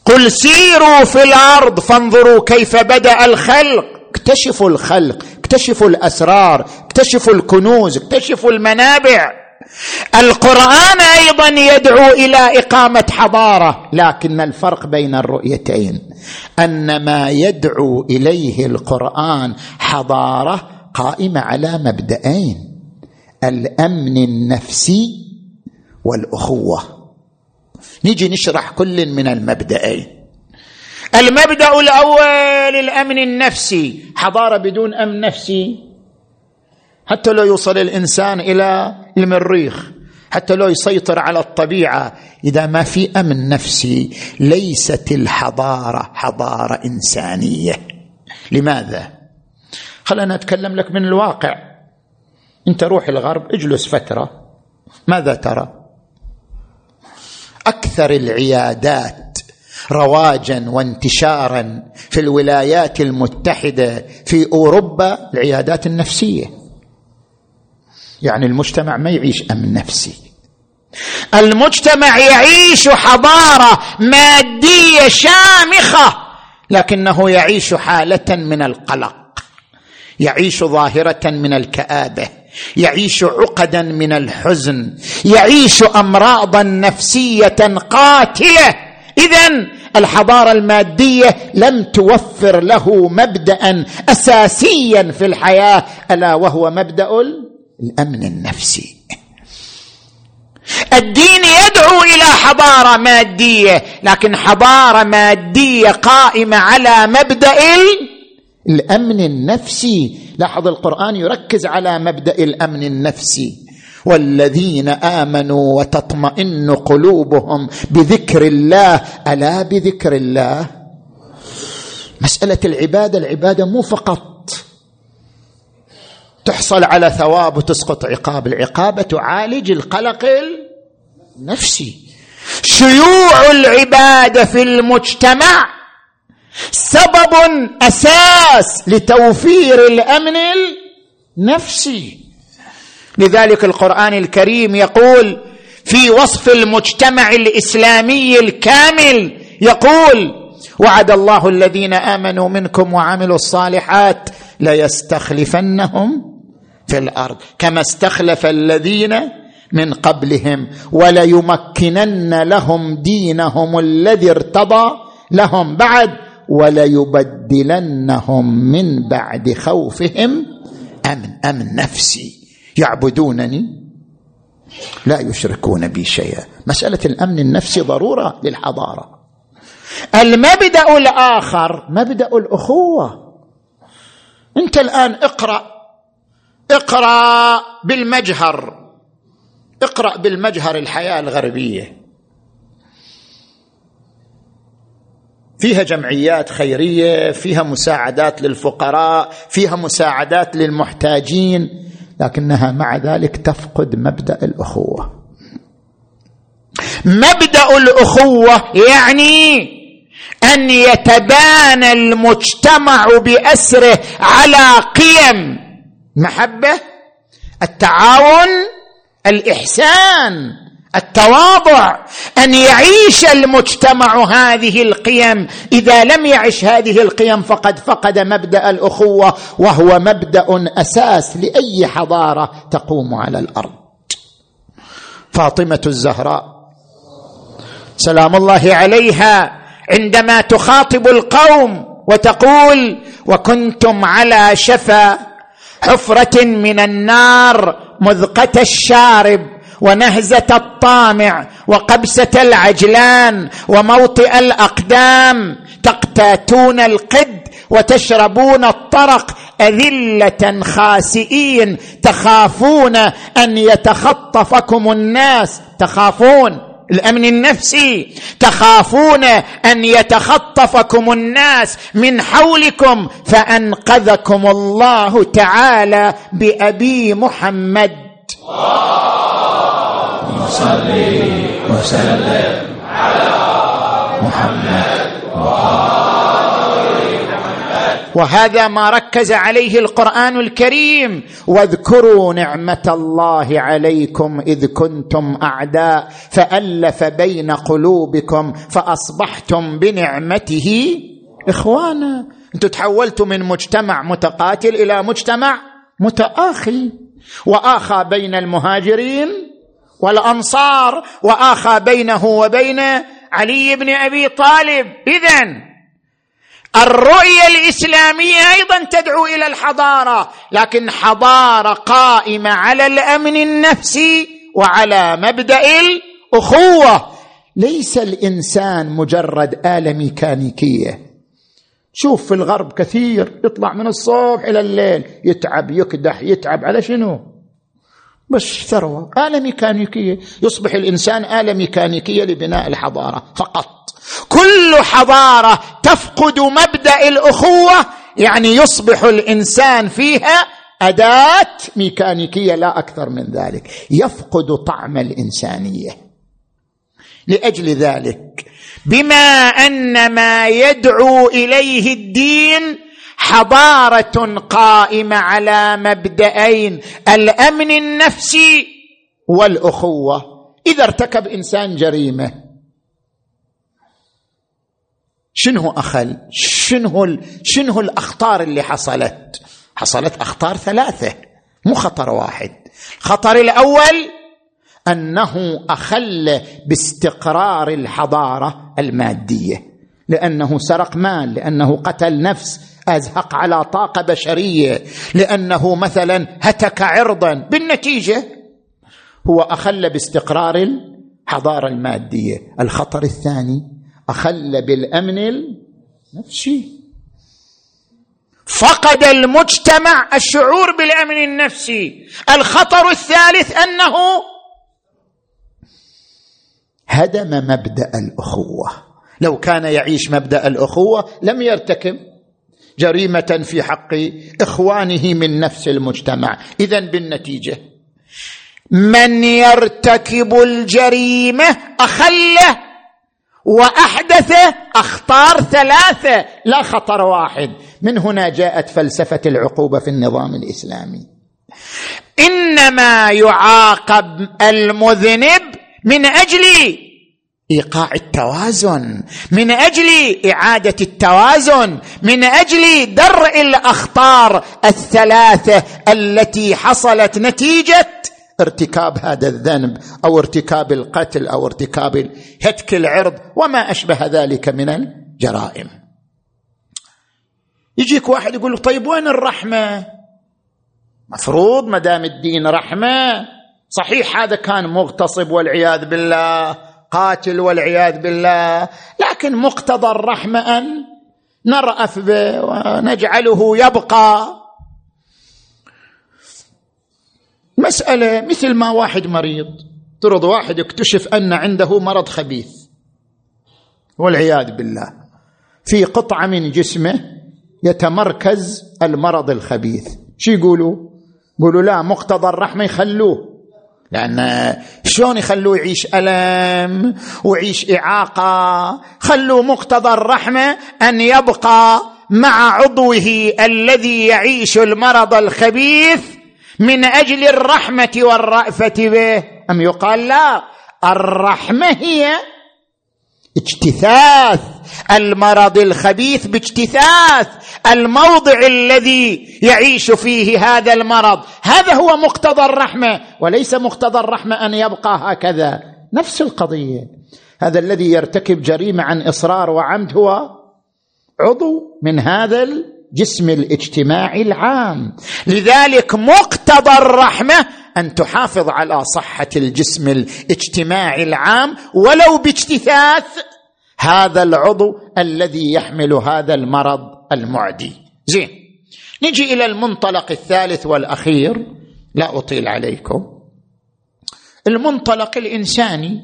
Speaker 2: قل سيروا في الأرض فانظروا كيف بدأ الخلق. اكتشفوا الخلق، اكتشفوا الأسرار، اكتشفوا الكنوز، اكتشفوا المنابع. القرآن أيضا يدعو إلى إقامة حضارة، لكن الفرق بين الرؤيتين أن ما يدعو إليه القرآن حضارة قائمة على مبدأين: الأمن النفسي والأخوة. نيجي نشرح كل من المبدأين. المبدأ الأول الأمن النفسي. حضارة بدون أمن نفسي، حتى لو يوصل الإنسان إلى المريخ، حتى لو يسيطر على الطبيعة، إذا ما في أمن نفسي ليست الحضارة حضارة إنسانية. لماذا؟ خلنا أتكلم لك من الواقع. أنت روح الغرب، اجلس فترة، ماذا ترى؟ أكثر العيادات رواجا وانتشارا في الولايات المتحدة في أوروبا العيادات النفسية. يعني المجتمع ما يعيش أمن نفسي، المجتمع يعيش حضارة مادية شامخة، لكنه يعيش حالة من القلق، يعيش ظاهرة من الكآبة، يعيش عقدا من الحزن، يعيش أمراضا نفسية قاتلة. إذن الحضارة المادية لم توفر له مبدأ أساسيا في الحياة، ألا وهو مبدأ الأمن النفسي. الدين يدعو إلى حضارة مادية، لكن حضارة مادية قائمة على مبدأ الأمن النفسي. لاحظ القرآن يركز على مبدأ الأمن النفسي: والذين آمنوا وتطمئن قلوبهم بذكر الله، ألا بذكر الله. مسألة العبادة مو فقط تحصل على ثواب وتسقط عقاب، العقابة تعالج القلق النفسي. شيوع العبادة في المجتمع سبب أساس لتوفير الأمن النفسي. لذلك القرآن الكريم يقول في وصف المجتمع الإسلامي الكامل، يقول: وعد الله الذين آمنوا منكم وعملوا الصالحات ليستخلفنهم في الأرض كما استخلف الذين من قبلهم وليمكنن لهم دينهم الذي ارتضى لهم، بعد وليبدلنهم من بعد خوفهم أمن نفسي، يعبدونني لا يشركون بي شيئا. مسألة الأمن النفسي ضرورة للحضارة. المبدأ الآخر مبدأ الأخوة. أنت الآن اقرأ بالمجهر الحياة الغربية، فيها جمعيات خيرية، فيها مساعدات للفقراء، فيها مساعدات للمحتاجين، لكنها مع ذلك تفقد مبدأ الأخوة. مبدأ الأخوة يعني أن يتبانى المجتمع بأسره على قيم محبة، التعاون، الإحسان، التواضع، أن يعيش المجتمع هذه القيم. إذا لم يعيش هذه القيم فقد فقد مبدأ الأخوة، وهو مبدأ أساس لأي حضارة تقوم على الأرض. فاطمة الزهراء سلام الله عليها عندما تخاطب القوم وتقول: وكنتم على شفا حفرة من النار مذقة الشارب ونهزة الطامع وقبسة العجلان وموطئ الأقدام، تقتاتون القد وتشربون الطرق، أذلة خاسئين، تخافون أن يتخطفكم الناس، تخافون الأمن النفسي، تخافون أن يتخطفكم الناس من حولكم، فأنقذكم الله تعالى بأبي محمد. اللهم صل وسلم على محمد وآل محمد. وهذا ما ركز عليه القرآن الكريم: واذكروا نعمة الله عليكم إذ كنتم أعداء فألف بين قلوبكم فأصبحتم بنعمته إخوانا. أنتم تحولتوا من مجتمع متقاتل إلى مجتمع متآخي، وآخى بين المهاجرين والأنصار، وآخى بينه وبين علي بن أبي طالب. إذن الرؤية الإسلامية أيضا تدعو إلى الحضارة، لكن حضارة قائمة على الأمن النفسي وعلى مبدأ الأخوة. ليس الإنسان مجرد آلة ميكانيكية. شوف في الغرب كثير يطلع من الصبح إلى الليل يتعب يكدح يتعب على شنو؟ بس ثروة، آلة ميكانيكية. يصبح الإنسان آلة ميكانيكية لبناء الحضارة فقط. كل حضارة تفقد مبدأ الأخوة يعني يصبح الإنسان فيها أداة ميكانيكية لا أكثر من ذلك، يفقد طعم الإنسانية. لأجل ذلك بما أن ما يدعو إليه الدين حضارة قائمة على مبدأين: الأمن النفسي والأخوة. إذا ارتكب إنسان جريمة شنو أخل؟ شنو الأخطار اللي حصلت أخطار ثلاثة، مو خطر واحد. الخطر الأول أنه أخل باستقرار الحضارة المادية، لأنه سرق مال، لأنه قتل نفس، أزهق على طاقة بشرية، لأنه مثلا هتك عرضا. بالنتيجة هو أخل باستقرار الحضارة المادية. الخطر الثاني أخل بالأمن النفسي، فقد المجتمع الشعور بالأمن النفسي. الخطر الثالث أنه هدم مبدأ الأخوة. لو كان يعيش مبدأ الأخوة لم يرتكب جريمة في حق إخوانه من نفس المجتمع. إذن بالنتيجة من يرتكب الجريمة أخله وأحدث أخطار ثلاثة لا خطر واحد. من هنا جاءت فلسفة العقوبة في النظام الإسلامي. إنما يعاقب المذنب من أجل إيقاع التوازن، من أجل إعادة التوازن، من أجل درء الأخطار الثلاثة التي حصلت نتيجة ارتكاب هذا الذنب، أو ارتكاب القتل، أو ارتكاب هتك العرض وما أشبه ذلك من الجرائم. يجيك واحد يقول طيب وين الرحمة؟ مفروض مدام الدين رحمة. صحيح هذا كان مغتصب والعياذ بالله، قاتل والعياذ بالله، لكن مقتضى الرحمة أن نرأف به ونجعله يبقى. مسألة مثل ما واحد مريض، ترض واحد يكتشف أن عنده مرض خبيث والعياذ بالله، في قطعة من جسمه يتمركز المرض الخبيث. شو يقولوا لا، مقتضى الرحمة يخلوه، لأن شلون يخلوه يعيش ألم ويعيش إعاقة؟ خلوا مقتضى الرحمة أن يبقى مع عضوه الذي يعيش المرض الخبيث من أجل الرحمة والرأفة به. أم يقال لا، الرحمة هي اجتثاث المرض الخبيث باجتثاث الموضع الذي يعيش فيه هذا المرض. هذا هو مقتضى الرحمة، وليس مقتضى الرحمة أن يبقى هكذا. نفس القضية، هذا الذي يرتكب جريمة عن إصرار وعمد هو عضو من هذا الجسم الاجتماعي العام. لذلك مقتضى الرحمة أن تحافظ على صحة الجسم الاجتماعي العام ولو باجتثاث هذا العضو الذي يحمل هذا المرض المعدي. زين، نجي إلى المنطلق الثالث والأخير، لا أطيل عليكم. المنطلق الإنساني.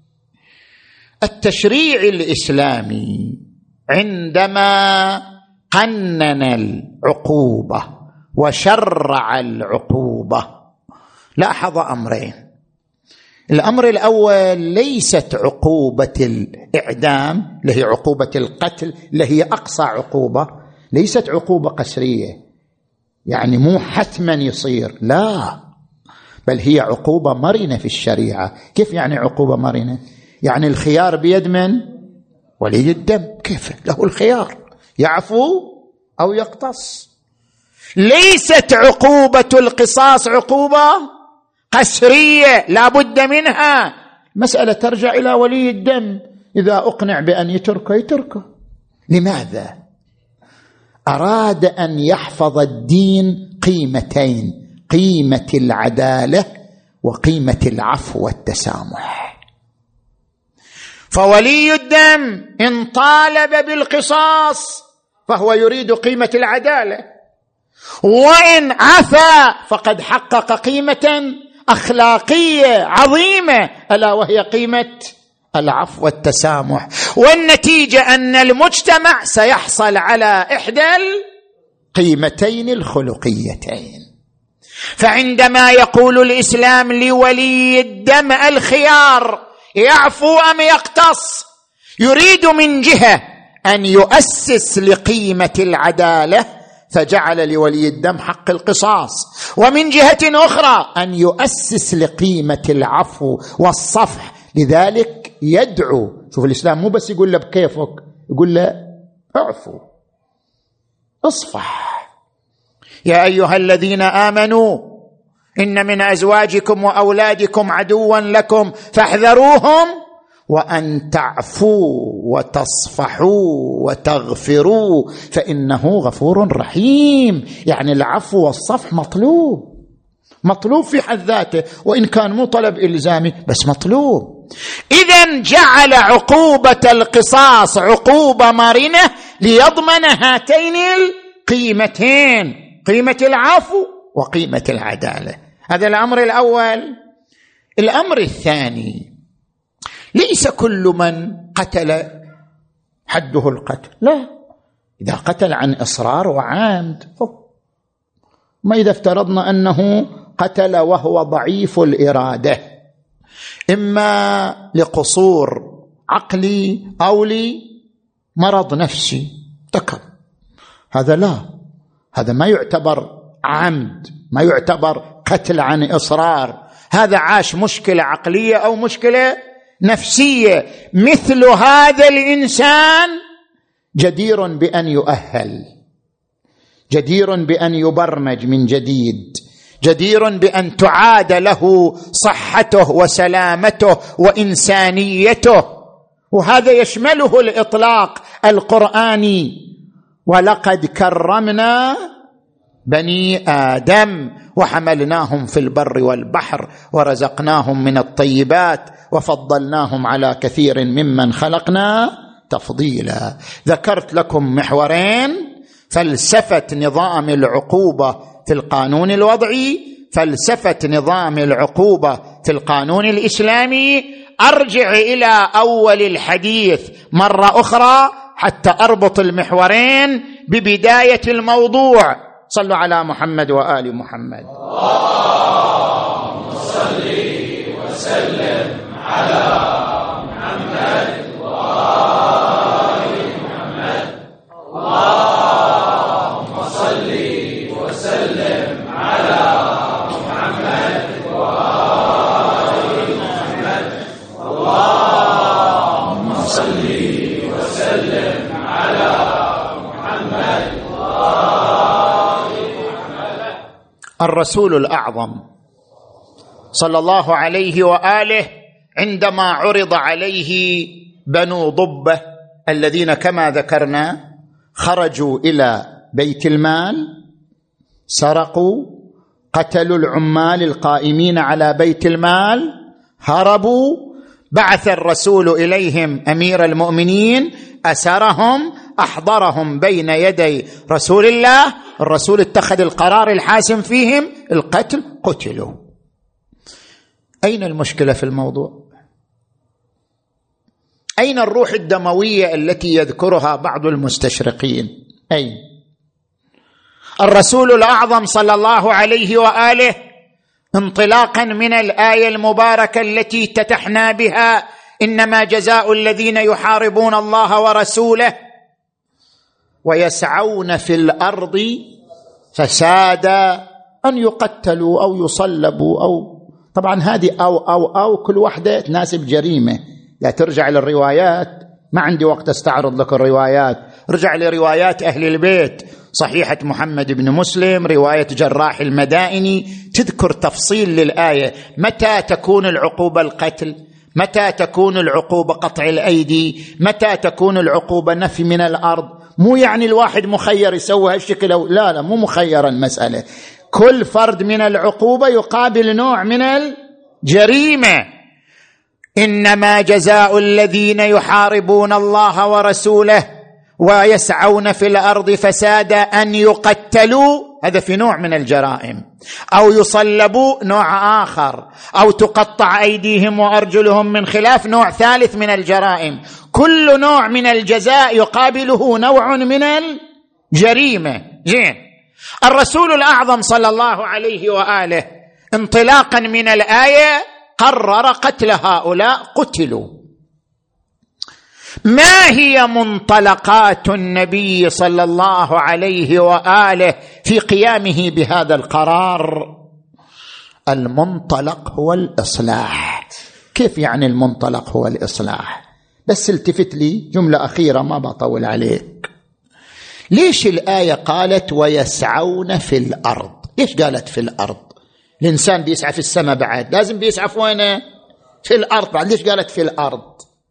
Speaker 2: التشريع الإسلامي عندما قنن العقوبة وشرع العقوبة لاحظ أمرين. الأمر الأول ليست عقوبة الإعدام اللي هي عقوبة القتل اللي هي أقصى عقوبة، ليست عقوبة قسرية، يعني مو حتما يصير، لا، بل هي عقوبة مرنة في الشريعة. كيف يعني عقوبة مرنة؟ يعني الخيار بيد من؟ ولي الدم. كيف له الخيار؟ يعفو أو يقتص. ليست عقوبة القصاص عقوبة قسرية لا بد منها، مسألة ترجع إلى ولي الدم، إذا أقنع بأن يتركه. لماذا؟ أراد أن يحفظ الدين قيمتين: قيمة العدالة وقيمة العفو والتسامح. فولي الدم إن طالب بالقصاص فهو يريد قيمة العدالة، وإن عفا فقد حقق قيمة أخلاقية عظيمة، ألا وهي قيمة العفو والتسامح. والنتيجة أن المجتمع سيحصل على إحدى القيمتين الخلقيتين. فعندما يقول الإسلام لولي الدم الخيار يعفو أم يقتص، يريد من جهة أن يؤسس لقيمة العدالة فجعل لولي الدم حق القصاص، ومن جهة أخرى أن يؤسس لقيمة العفو والصفح. لذلك يدعو، شوف الإسلام مو بس يقول له بكيفك، يقول له اعفو اصفح. يا أيها الذين آمنوا إن من أزواجكم وأولادكم عدوا لكم فاحذروهم وأن تعفوا وتصفحوا وتغفروا فإنه غفور رحيم. يعني العفو والصفح مطلوب في حد ذاته، وإن كان مو طلب إلزامي بس مطلوب. إذن جعل عقوبة القصاص عقوبة مرنة ليضمن هاتين القيمتين: قيمة العفو وقيمة العدالة. هذا الأمر الأول. الأمر الثاني: ليس كل من قتل حده القتل، لا، إذا قتل عن إصرار وعامد. ما إذا افترضنا أنه قتل وهو ضعيف الإرادة، إما لقصور عقلي أو لمرض نفسي ارتكب، هذا لا، هذا ما يعتبر عمد، ما يعتبر قتل عن إصرار، هذا عاش مشكلة عقلية أو مشكلة نفسية. مثل هذا الإنسان جدير بأن يؤهل، جدير بأن يبرمج من جديد، جدير بأن تعاد له صحته وسلامته وإنسانيته. وهذا يشمله الإطلاق القرآني: ولقد كرمنا بني آدم وحملناهم في البر والبحر ورزقناهم من الطيبات وفضلناهم على كثير ممن خلقنا تفضيلا. ذكرت لكم محورين: فلسفة نظام العقوبة في القانون الوضعي، فلسفة نظام العقوبة في القانون الإسلامي. أرجع إلى أول الحديث مرة أخرى حتى أربط المحورين ببداية الموضوع. صلوا على محمد وآل محمد.
Speaker 3: اللهم صل وسلم على محمد وآل محمد. اللهم صل وسلم على محمد وآل محمد. اللهم صل وسلم على محمد وآل محمد.
Speaker 2: الرسول الأعظم صلى الله عليه وآله عندما عرض عليه بنو ضبة الذين كما ذكرنا خرجوا إلى بيت المال، سرقوا، قتلوا العمال القائمين على بيت المال، هربوا، بعث الرسول إليهم أمير المؤمنين، أسرهم، أحضرهم بين يدي رسول الله. الرسول اتخذ القرار الحاسم فيهم: القتل، قتلوا. أين المشكلة في الموضوع؟ أين الروح الدموية التي يذكرها بعض المستشرقين؟ أين؟ الرسول الأعظم صلى الله عليه وآله انطلاقا من الآية المباركة التي افتتحنا بها: إنما جزاء الذين يحاربون الله ورسوله ويسعون في الأرض فسادا أن يقتلوا أو يصلبوا أو طبعا هذه أو كل واحدة تناسب جريمة. لا ترجع للروايات، ما عندي وقت استعرض لك الروايات، رجع لروايات أهل البيت، صحيحة محمد بن مسلم، رواية جراح المدائني، تذكر تفصيل للآية. متى تكون العقوبة القتل؟ متى تكون العقوبة قطع الأيدي؟ متى تكون العقوبة نفي من الأرض؟ مو يعني الواحد مخير يسوي هالشكل لا مو مخير المسألة. كل فرد من العقوبة يقابل نوع من الجريمة. إنما جزاء الذين يحاربون الله ورسوله ويسعون في الأرض فسادا أن يقتلوا، هذا في نوع من الجرائم، أو يصلبوا نوع آخر، أو تقطع أيديهم وأرجلهم من خلاف نوع ثالث من الجرائم. كل نوع من الجزاء يقابله نوع من الجريمة. زين، الرسول الأعظم صلى الله عليه وآله انطلاقا من الآية قرر قتل هؤلاء قتلوا. ما هي منطلقات النبي صلى الله عليه وآله في قيامه بهذا القرار؟ المنطلق هو الإصلاح. كيف يعني المنطلق هو الإصلاح؟ بس التفت لي جملة أخيرة ما بطول عليك. ليش الآية قالت ويسعون في الأرض؟ ليش قالت في الأرض؟ الإنسان بيسعى في السماء، بعد لازم بيسعى في وينه؟ في الأرض. بعد ليش قالت في الأرض؟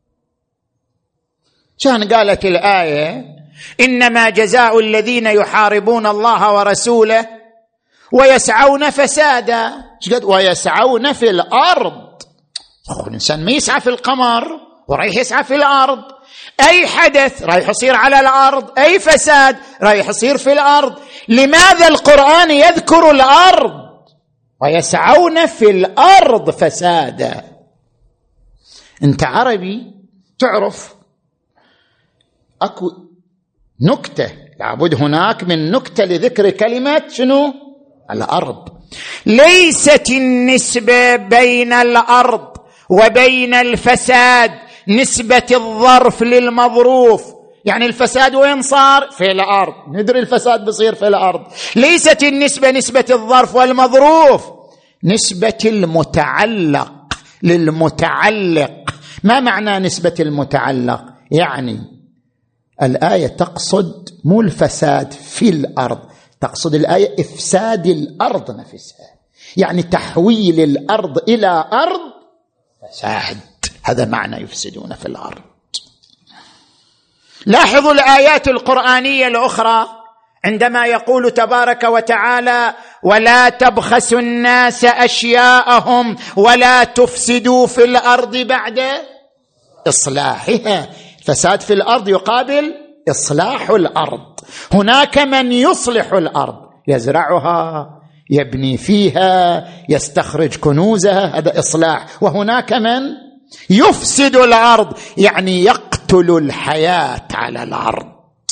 Speaker 2: كان قالت الآية إنما جزاء الذين يحاربون الله ورسوله ويسعون فسادا، ويسعون في الأرض. الإنسان ما يسعى في القمر ورايح يسعى في الأرض. أي حدث رايح يصير على الأرض، أي فساد رايح يصير في الأرض. لماذا القرآن يذكر الأرض؟ ويسعون في الأرض فسادا. أنت عربي تعرف أكو نكتة، لابد هناك من نكتة لذكر كلمة شنو؟ الأرض. ليست النسبة بين الأرض وبين الفساد نسبة الظرف للمظروف. يعني الفساد وين صار؟ في الأرض، ندري الفساد بصير في الأرض. ليست النسبة نسبة الظرف والمظروف، نسبة المتعلق للمتعلق. ما معنى نسبة المتعلق؟ يعني الآية تقصد مو الفساد في الأرض، تقصد الآية إفساد الأرض نفسها، يعني تحويل الأرض إلى أرض فساد. هذا معنى يفسدون في الأرض. لاحظوا الآيات القرآنية الأخرى عندما يقول تبارك وتعالى ولا تبخسوا الناس أشياءهم ولا تفسدوا في الأرض بعد إصلاحها. فساد في الأرض يقابل إصلاح الأرض. هناك من يصلح الأرض، يزرعها، يبني فيها، يستخرج كنوزها، هذا إصلاح. وهناك من يفسد الأرض، يعني يقتل الحياة على الأرض.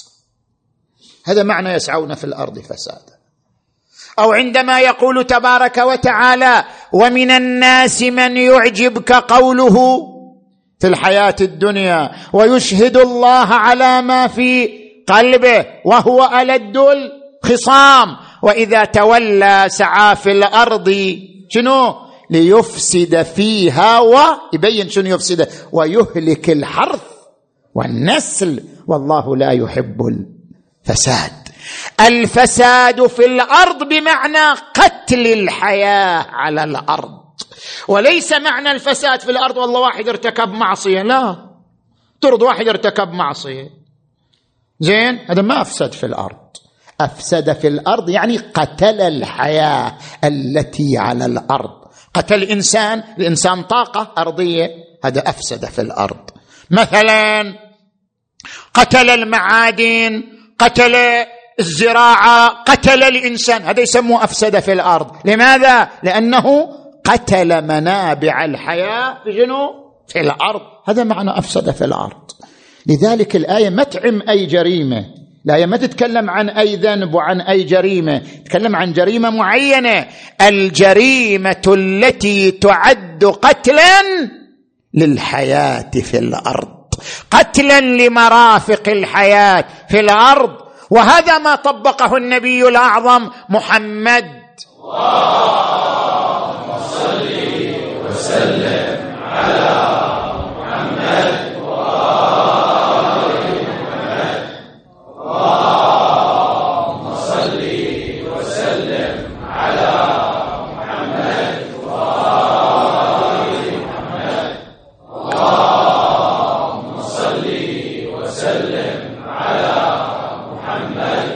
Speaker 2: هذا معنى يسعون في الأرض فسادا. أو عندما يقول تبارك وتعالى ومن الناس من يعجبك قوله في الحياة الدنيا ويشهد الله على ما في قلبه وهو ألد الخصام وإذا تولى سعى في الأرض شنو؟ ليفسد فيها، ويبين شنو يفسد، ويهلك الحرث والنسل والله لا يحب الفساد. الفساد في الأرض بمعنى قتل الحياة على الأرض، وليس معنى الفساد في الأرض والله واحد ارتكب معصية، لا ترض واحد ارتكب معصية زين، هذا ما أفسد في الأرض. أفسد في الأرض يعني قتل الحياة التي على الأرض. قتل الإنسان طاقة أرضية، هذا أفسد في الأرض. مثلا قتل المعادن، قتل الزراعة، قتل الإنسان، هذا يسموه أفسد في الأرض. لماذا؟ لأنه قتل منابع الحياة في جنو في الأرض، هذا معنى أفسد في الأرض. لذلك الآية ما تعم أي جريمة، الآية ما تتكلم عن أي ذنب وعن أي جريمة، تتكلم عن جريمة معينة، الجريمة التي تعد قتلا للحياة في الأرض، قتلا لمرافق الحياة في الأرض، وهذا ما طبقه النبي الأعظم محمد.
Speaker 3: اللهم صل وسلم على محمد وآل محمد. اللهم صل وسلم على محمد وآل محمد. اللهم صل وسلم على محمد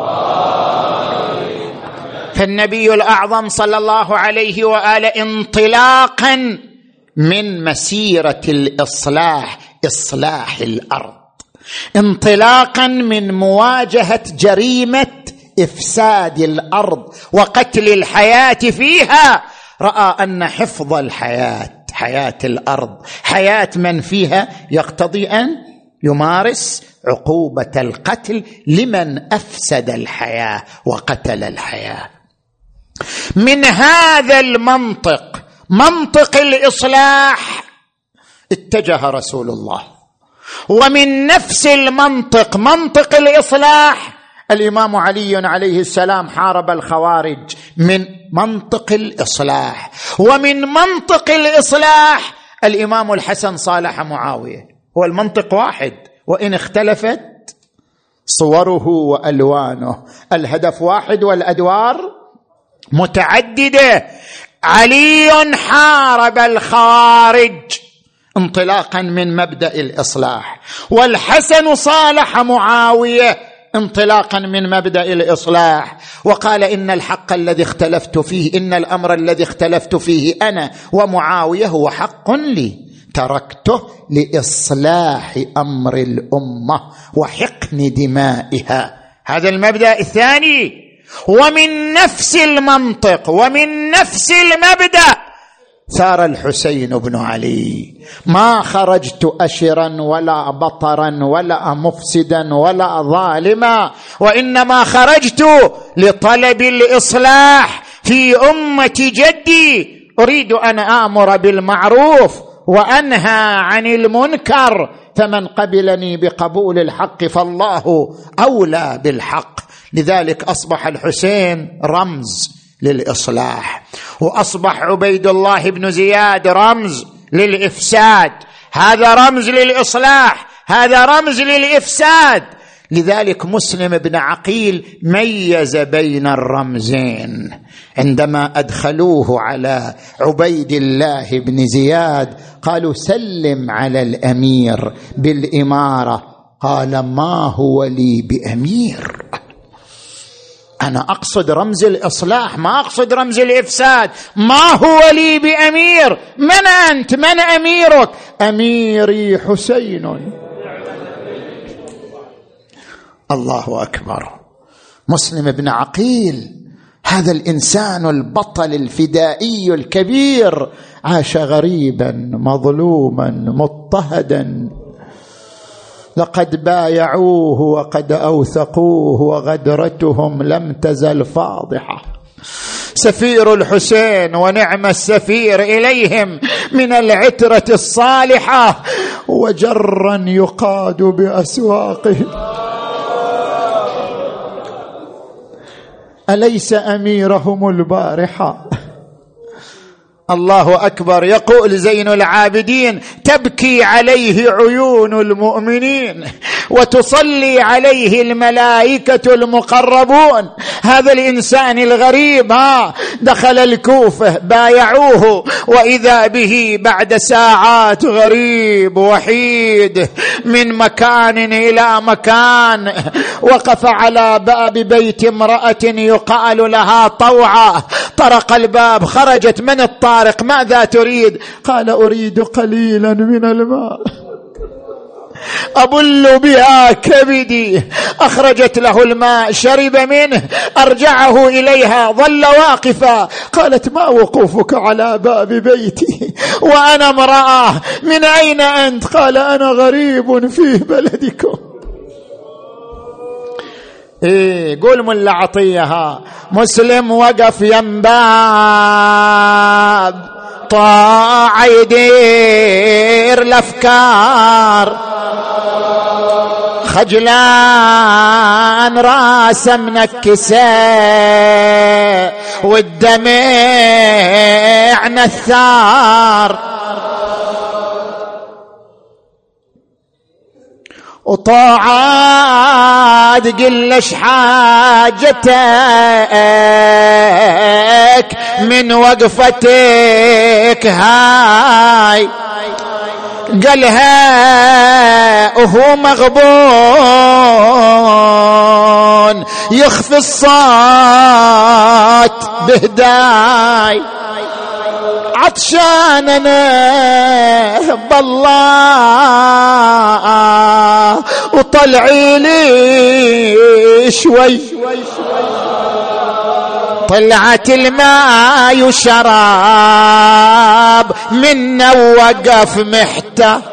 Speaker 3: وآل محمد.
Speaker 2: فالنبي الأعظم صلى الله عليه وآله انطلاقا من مسيرة الإصلاح، إصلاح الأرض، انطلاقا من مواجهة جريمة إفساد الأرض وقتل الحياة فيها، رأى أن حفظ الحياة، حياة الأرض، حياة من فيها، يقتضي أن يمارس عقوبة القتل لمن أفسد الحياة وقتل الحياة. من هذا المنطق، منطق الإصلاح، اتجه رسول الله. ومن نفس المنطق، منطق الإصلاح، الإمام علي عليه السلام حارب الخوارج من منطق الإصلاح. ومن منطق الإصلاح الإمام الحسن صالح معاوية. هو المنطق واحد وإن اختلفت صوره وألوانه، الهدف واحد والأدوار متعددة. علي حارب الخوارج انطلاقا من مبدأ الإصلاح، والحسن صالح معاوية انطلاقا من مبدأ الإصلاح، وقال إن الحق الذي اختلفت فيه، إن الأمر الذي اختلفت فيه أنا ومعاوية هو حق لي، تركته لإصلاح أمر الأمة وحقن دمائها. هذا المبدأ الثاني. ومن نفس المنطق ومن نفس المبدأ ثار الحسين بن علي. ما خرجت أشرا ولا بطرا ولا مفسدا ولا ظالما، وإنما خرجت لطلب الإصلاح في أمة جدي. أريد أن آمر بالمعروف وأنهى عن المنكر، فمن قبلني بقبول الحق فالله أولى بالحق. لذلك أصبح الحسين رمز للإصلاح، وأصبح عبيد الله بن زياد رمز للإفساد. هذا رمز للإصلاح، هذا رمز للإفساد. لذلك مسلم بن عقيل ميز بين الرمزين عندما أدخلوه على عبيد الله بن زياد. قالوا سلم على الأمير بالإمارة، قال ما هو لي بأمير، أنا أقصد رمز الإصلاح، ما أقصد رمز الإفساد. ما هو لي بأمير، من أنت، من أميرك؟ أميري حسين. الله أكبر. مسلم بن عقيل هذا الإنسان البطل الفدائي الكبير عاش غريبا مظلوما مضطهدا، لقد بايعوه وقد أوثقوه وغدرتهم لم تزل فاضحة. سفير الحسين ونعم السفير إليهم من العترة الصالحة، وجرا يقاد بأسواقهم. أليس أميرهم البارحة؟ الله أكبر. يقول زين العابدين تبكي عليه عيون المؤمنين وتصلي عليه الملائكة المقربون. هذا الإنسان الغريب دخل الكوفة بايعوه، وإذا به بعد ساعات غريب وحيد من مكان إلى مكان. وقف على باب بيت امرأة يقال لها طوعة، طرق الباب، خرجت من الطارق، ماذا تريد؟ قال أريد قليلا من الماء أبل بها كبدي. أخرجت له الماء، شرب منه، أرجعه إليها، ظل واقفا. قالت ما وقوفك على باب بيتي وأنا امرأة، من أين أنت؟ قال أنا غريب في بلدكم. قول ملا عطية مسلم وقف ينباب طاع يدير الأفكار، خجلان راسه منكسه والدمع نثار وطاعات قلش حاجتك من وقفتك هاي قالها وهو مغبون يخفي الصوت بهداي عطشان انا بالله وطلعي لي شوي طلعت الماء وشراب منا ووقف محتار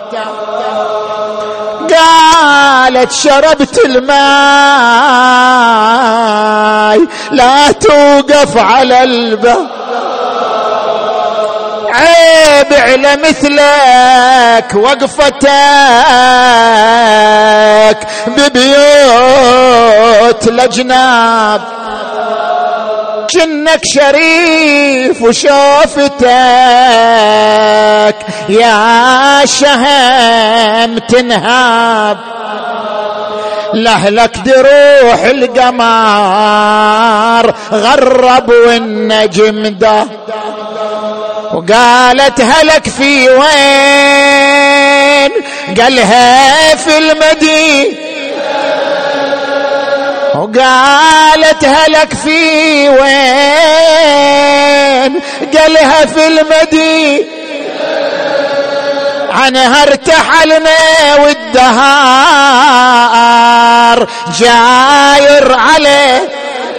Speaker 2: قالت شربت الماء لا توقف على الباب عيب على مثلك وقفتك ببيوت الأجناب جنك شريف وشوفتك يا شهم تنهاب لهلك دروح القمر غرب والنجم ده وقالت هلك في وين قالها في المدينة وقالت هلك في وين قالها في المدينة عنها ارتحلنا والدهار جاير عليه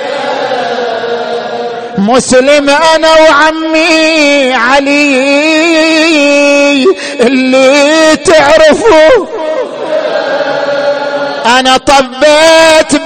Speaker 2: مسلم انا وعمي علي اللي تعرفه انا طبيت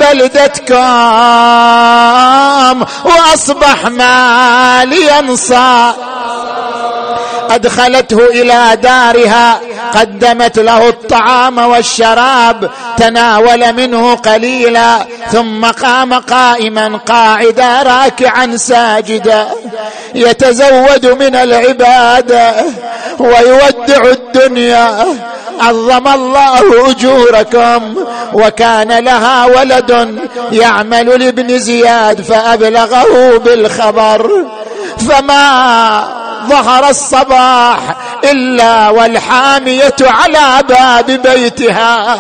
Speaker 2: بلدتكم واصبح مالي ينصى أدخلته إلى دارها قدمت له الطعام والشراب تناول منه قليلا ثم قام قائما قاعدا راكعا ساجدا يتزود من العبادة ويودع الدنيا عظم الله أجوركم. وكان لها ولد يعمل لابن زياد فأبلغه بالخبر فما ظهر الصباح إلا والحامية على باب بيتها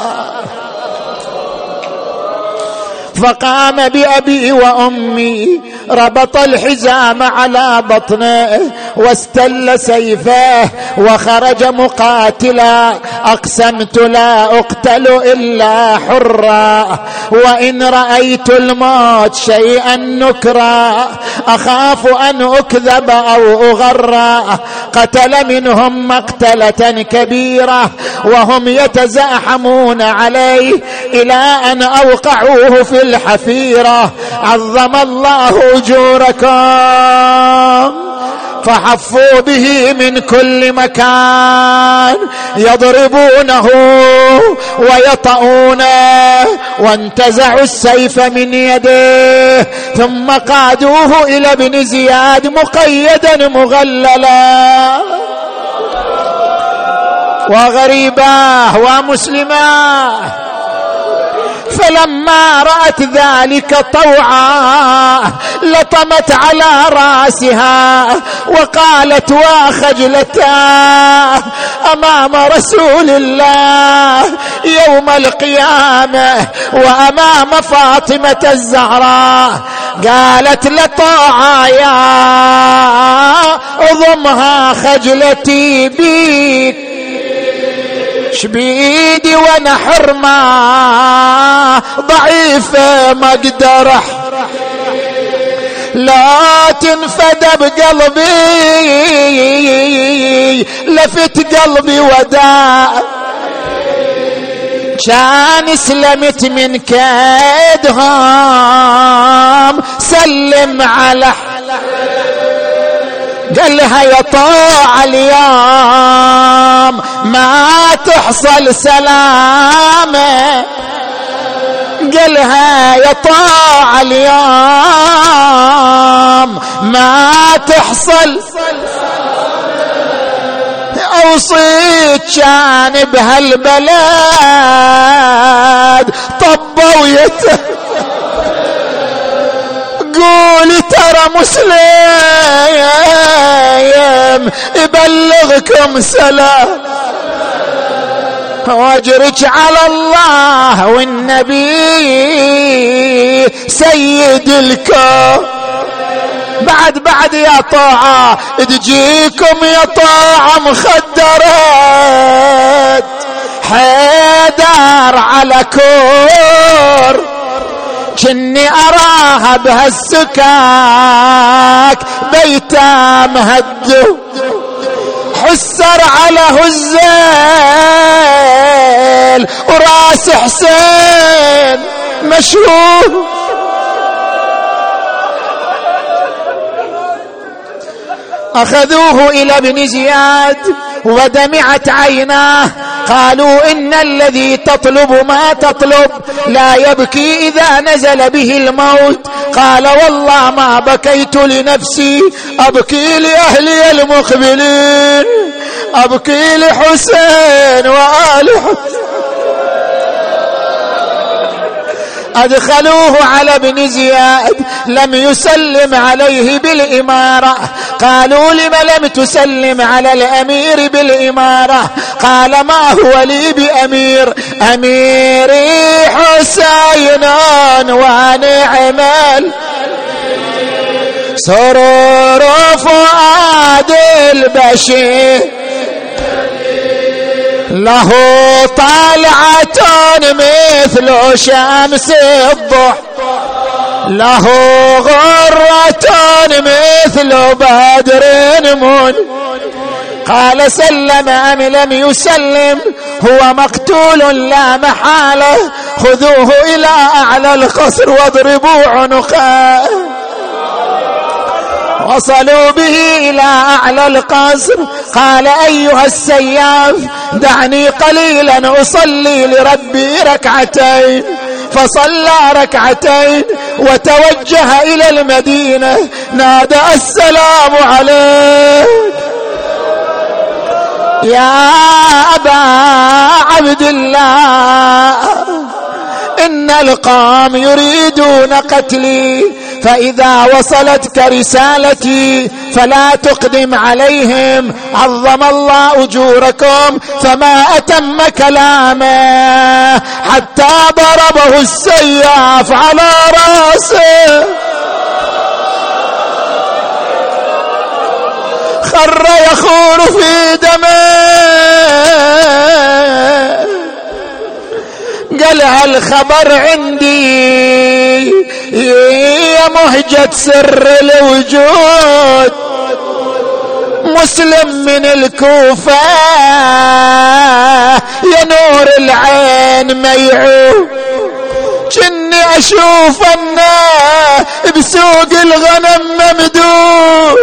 Speaker 2: فقام بأبي وأمي ربط الحزام على بطنه واستل سيفه وخرج مقاتلا أقسمت لا أقتل إلا حرا وإن رأيت الموت شيئا نكرا أخاف أن أكذب أو أغرى. قتل منهم مقتلة كبيرة وهم يتزاحمون عليه إلى أن أوقعوه في الحفيرة. عظم الله أجوركم. فحفوا به من كل مكان يضربونه ويطؤونه وانتزعوا السيف من يده ثم قادوه إلى ابن زياد مقيدا مغللا وغريباه ومسلماه. فلما رأت ذلك طوعا لطمت على رأسها وقالت وخجلتا أمام رسول الله يوم القيامة وأمام فاطمة الزهراء. قالت لطاعا يا أضمها خجلتي بيك شبيدي وانا حرمة ضعيفة ما اقدر لا تنفد بقلبي لفت قلبي وداع كان سلمت من كيدهم سلم على قال لها يا طاع اليوم ما تحصل سلامة قالها يا طاعة اليوم ما تحصل، أوصيك كان بهالبلد طبوا يته، قولي ترى مسلم يبلغكم سلام، واجرك على الله والنبي سيد الكون. بعد يا طاعة تجيكم يا طاعة مخدرات، حيدر على كور جني أراها بهالسكاك بيتام هدو، حسر على هزيل وراس حسين مشهور. أخذوه إلى ابن زياد ودمعت عيناه، قالوا إن الذي تطلب ما تطلب لا يبكي إذا نزل به الموت. قال والله ما بكيت لنفسي، أبكي لأهلي المقبلين، أبكي لحسين وآل حسين. أدخلوه على ابن زياد، لم يسلم عليه بالإمارة. قالوا لم لم تسلم على الأمير بالإمارة؟ قال ما هو لي بأمير، أميري حسين ونعم سرور فؤاد البشير، له طلعة مثل شمس الضحى، له غرة مثل بدر من. قال سلم أم لم يسلم؟ هو مقتول لا محالة، خذوه إلى أعلى القصر واضربوا عنقه. وصلوا به إلى أعلى القصر. قال أيها السياف دعني قليلا أصلي لربي ركعتين. فصلى ركعتين وتوجه إلى المدينة، نادى السلام عليك يا أبا عبد الله، إن القوم يريدون قتلي، فإذا وصلتك رسالتي فلا تقدم عليهم، عظم الله أجوركم. فما أتم كلامه حتى ضربه السياف على رأسه، خر يخور في دمه. قال هالخبر عندي يا مهجة سر الوجود، مسلم من الكوفة يا نور العين ميعوب، جني أشوف الناس بسوق الغنم ممدود.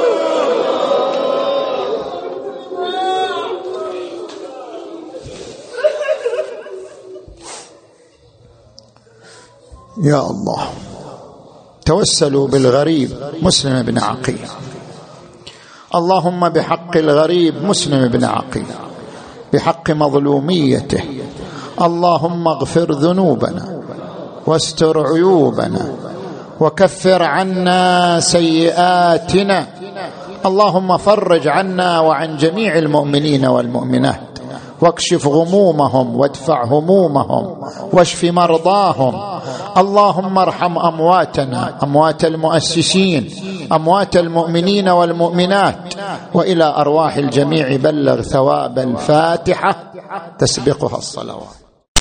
Speaker 2: يا الله، توسلوا بالغريب مسلم بن عقيل. اللهم بحق الغريب مسلم بن عقيل، بحق مظلوميته، اللهم اغفر ذنوبنا واستر عيوبنا وكفر عنا سيئاتنا. اللهم فرج عنا وعن جميع المؤمنين والمؤمنات، واكشف غمومهم وادفع همومهم واشف مرضاهم. اللهم ارحم أمواتنا، أموات المؤسسين، أموات المؤمنين والمؤمنات، وإلى أرواح الجميع بلغ ثواب الفاتحة تسبقها الصلوات.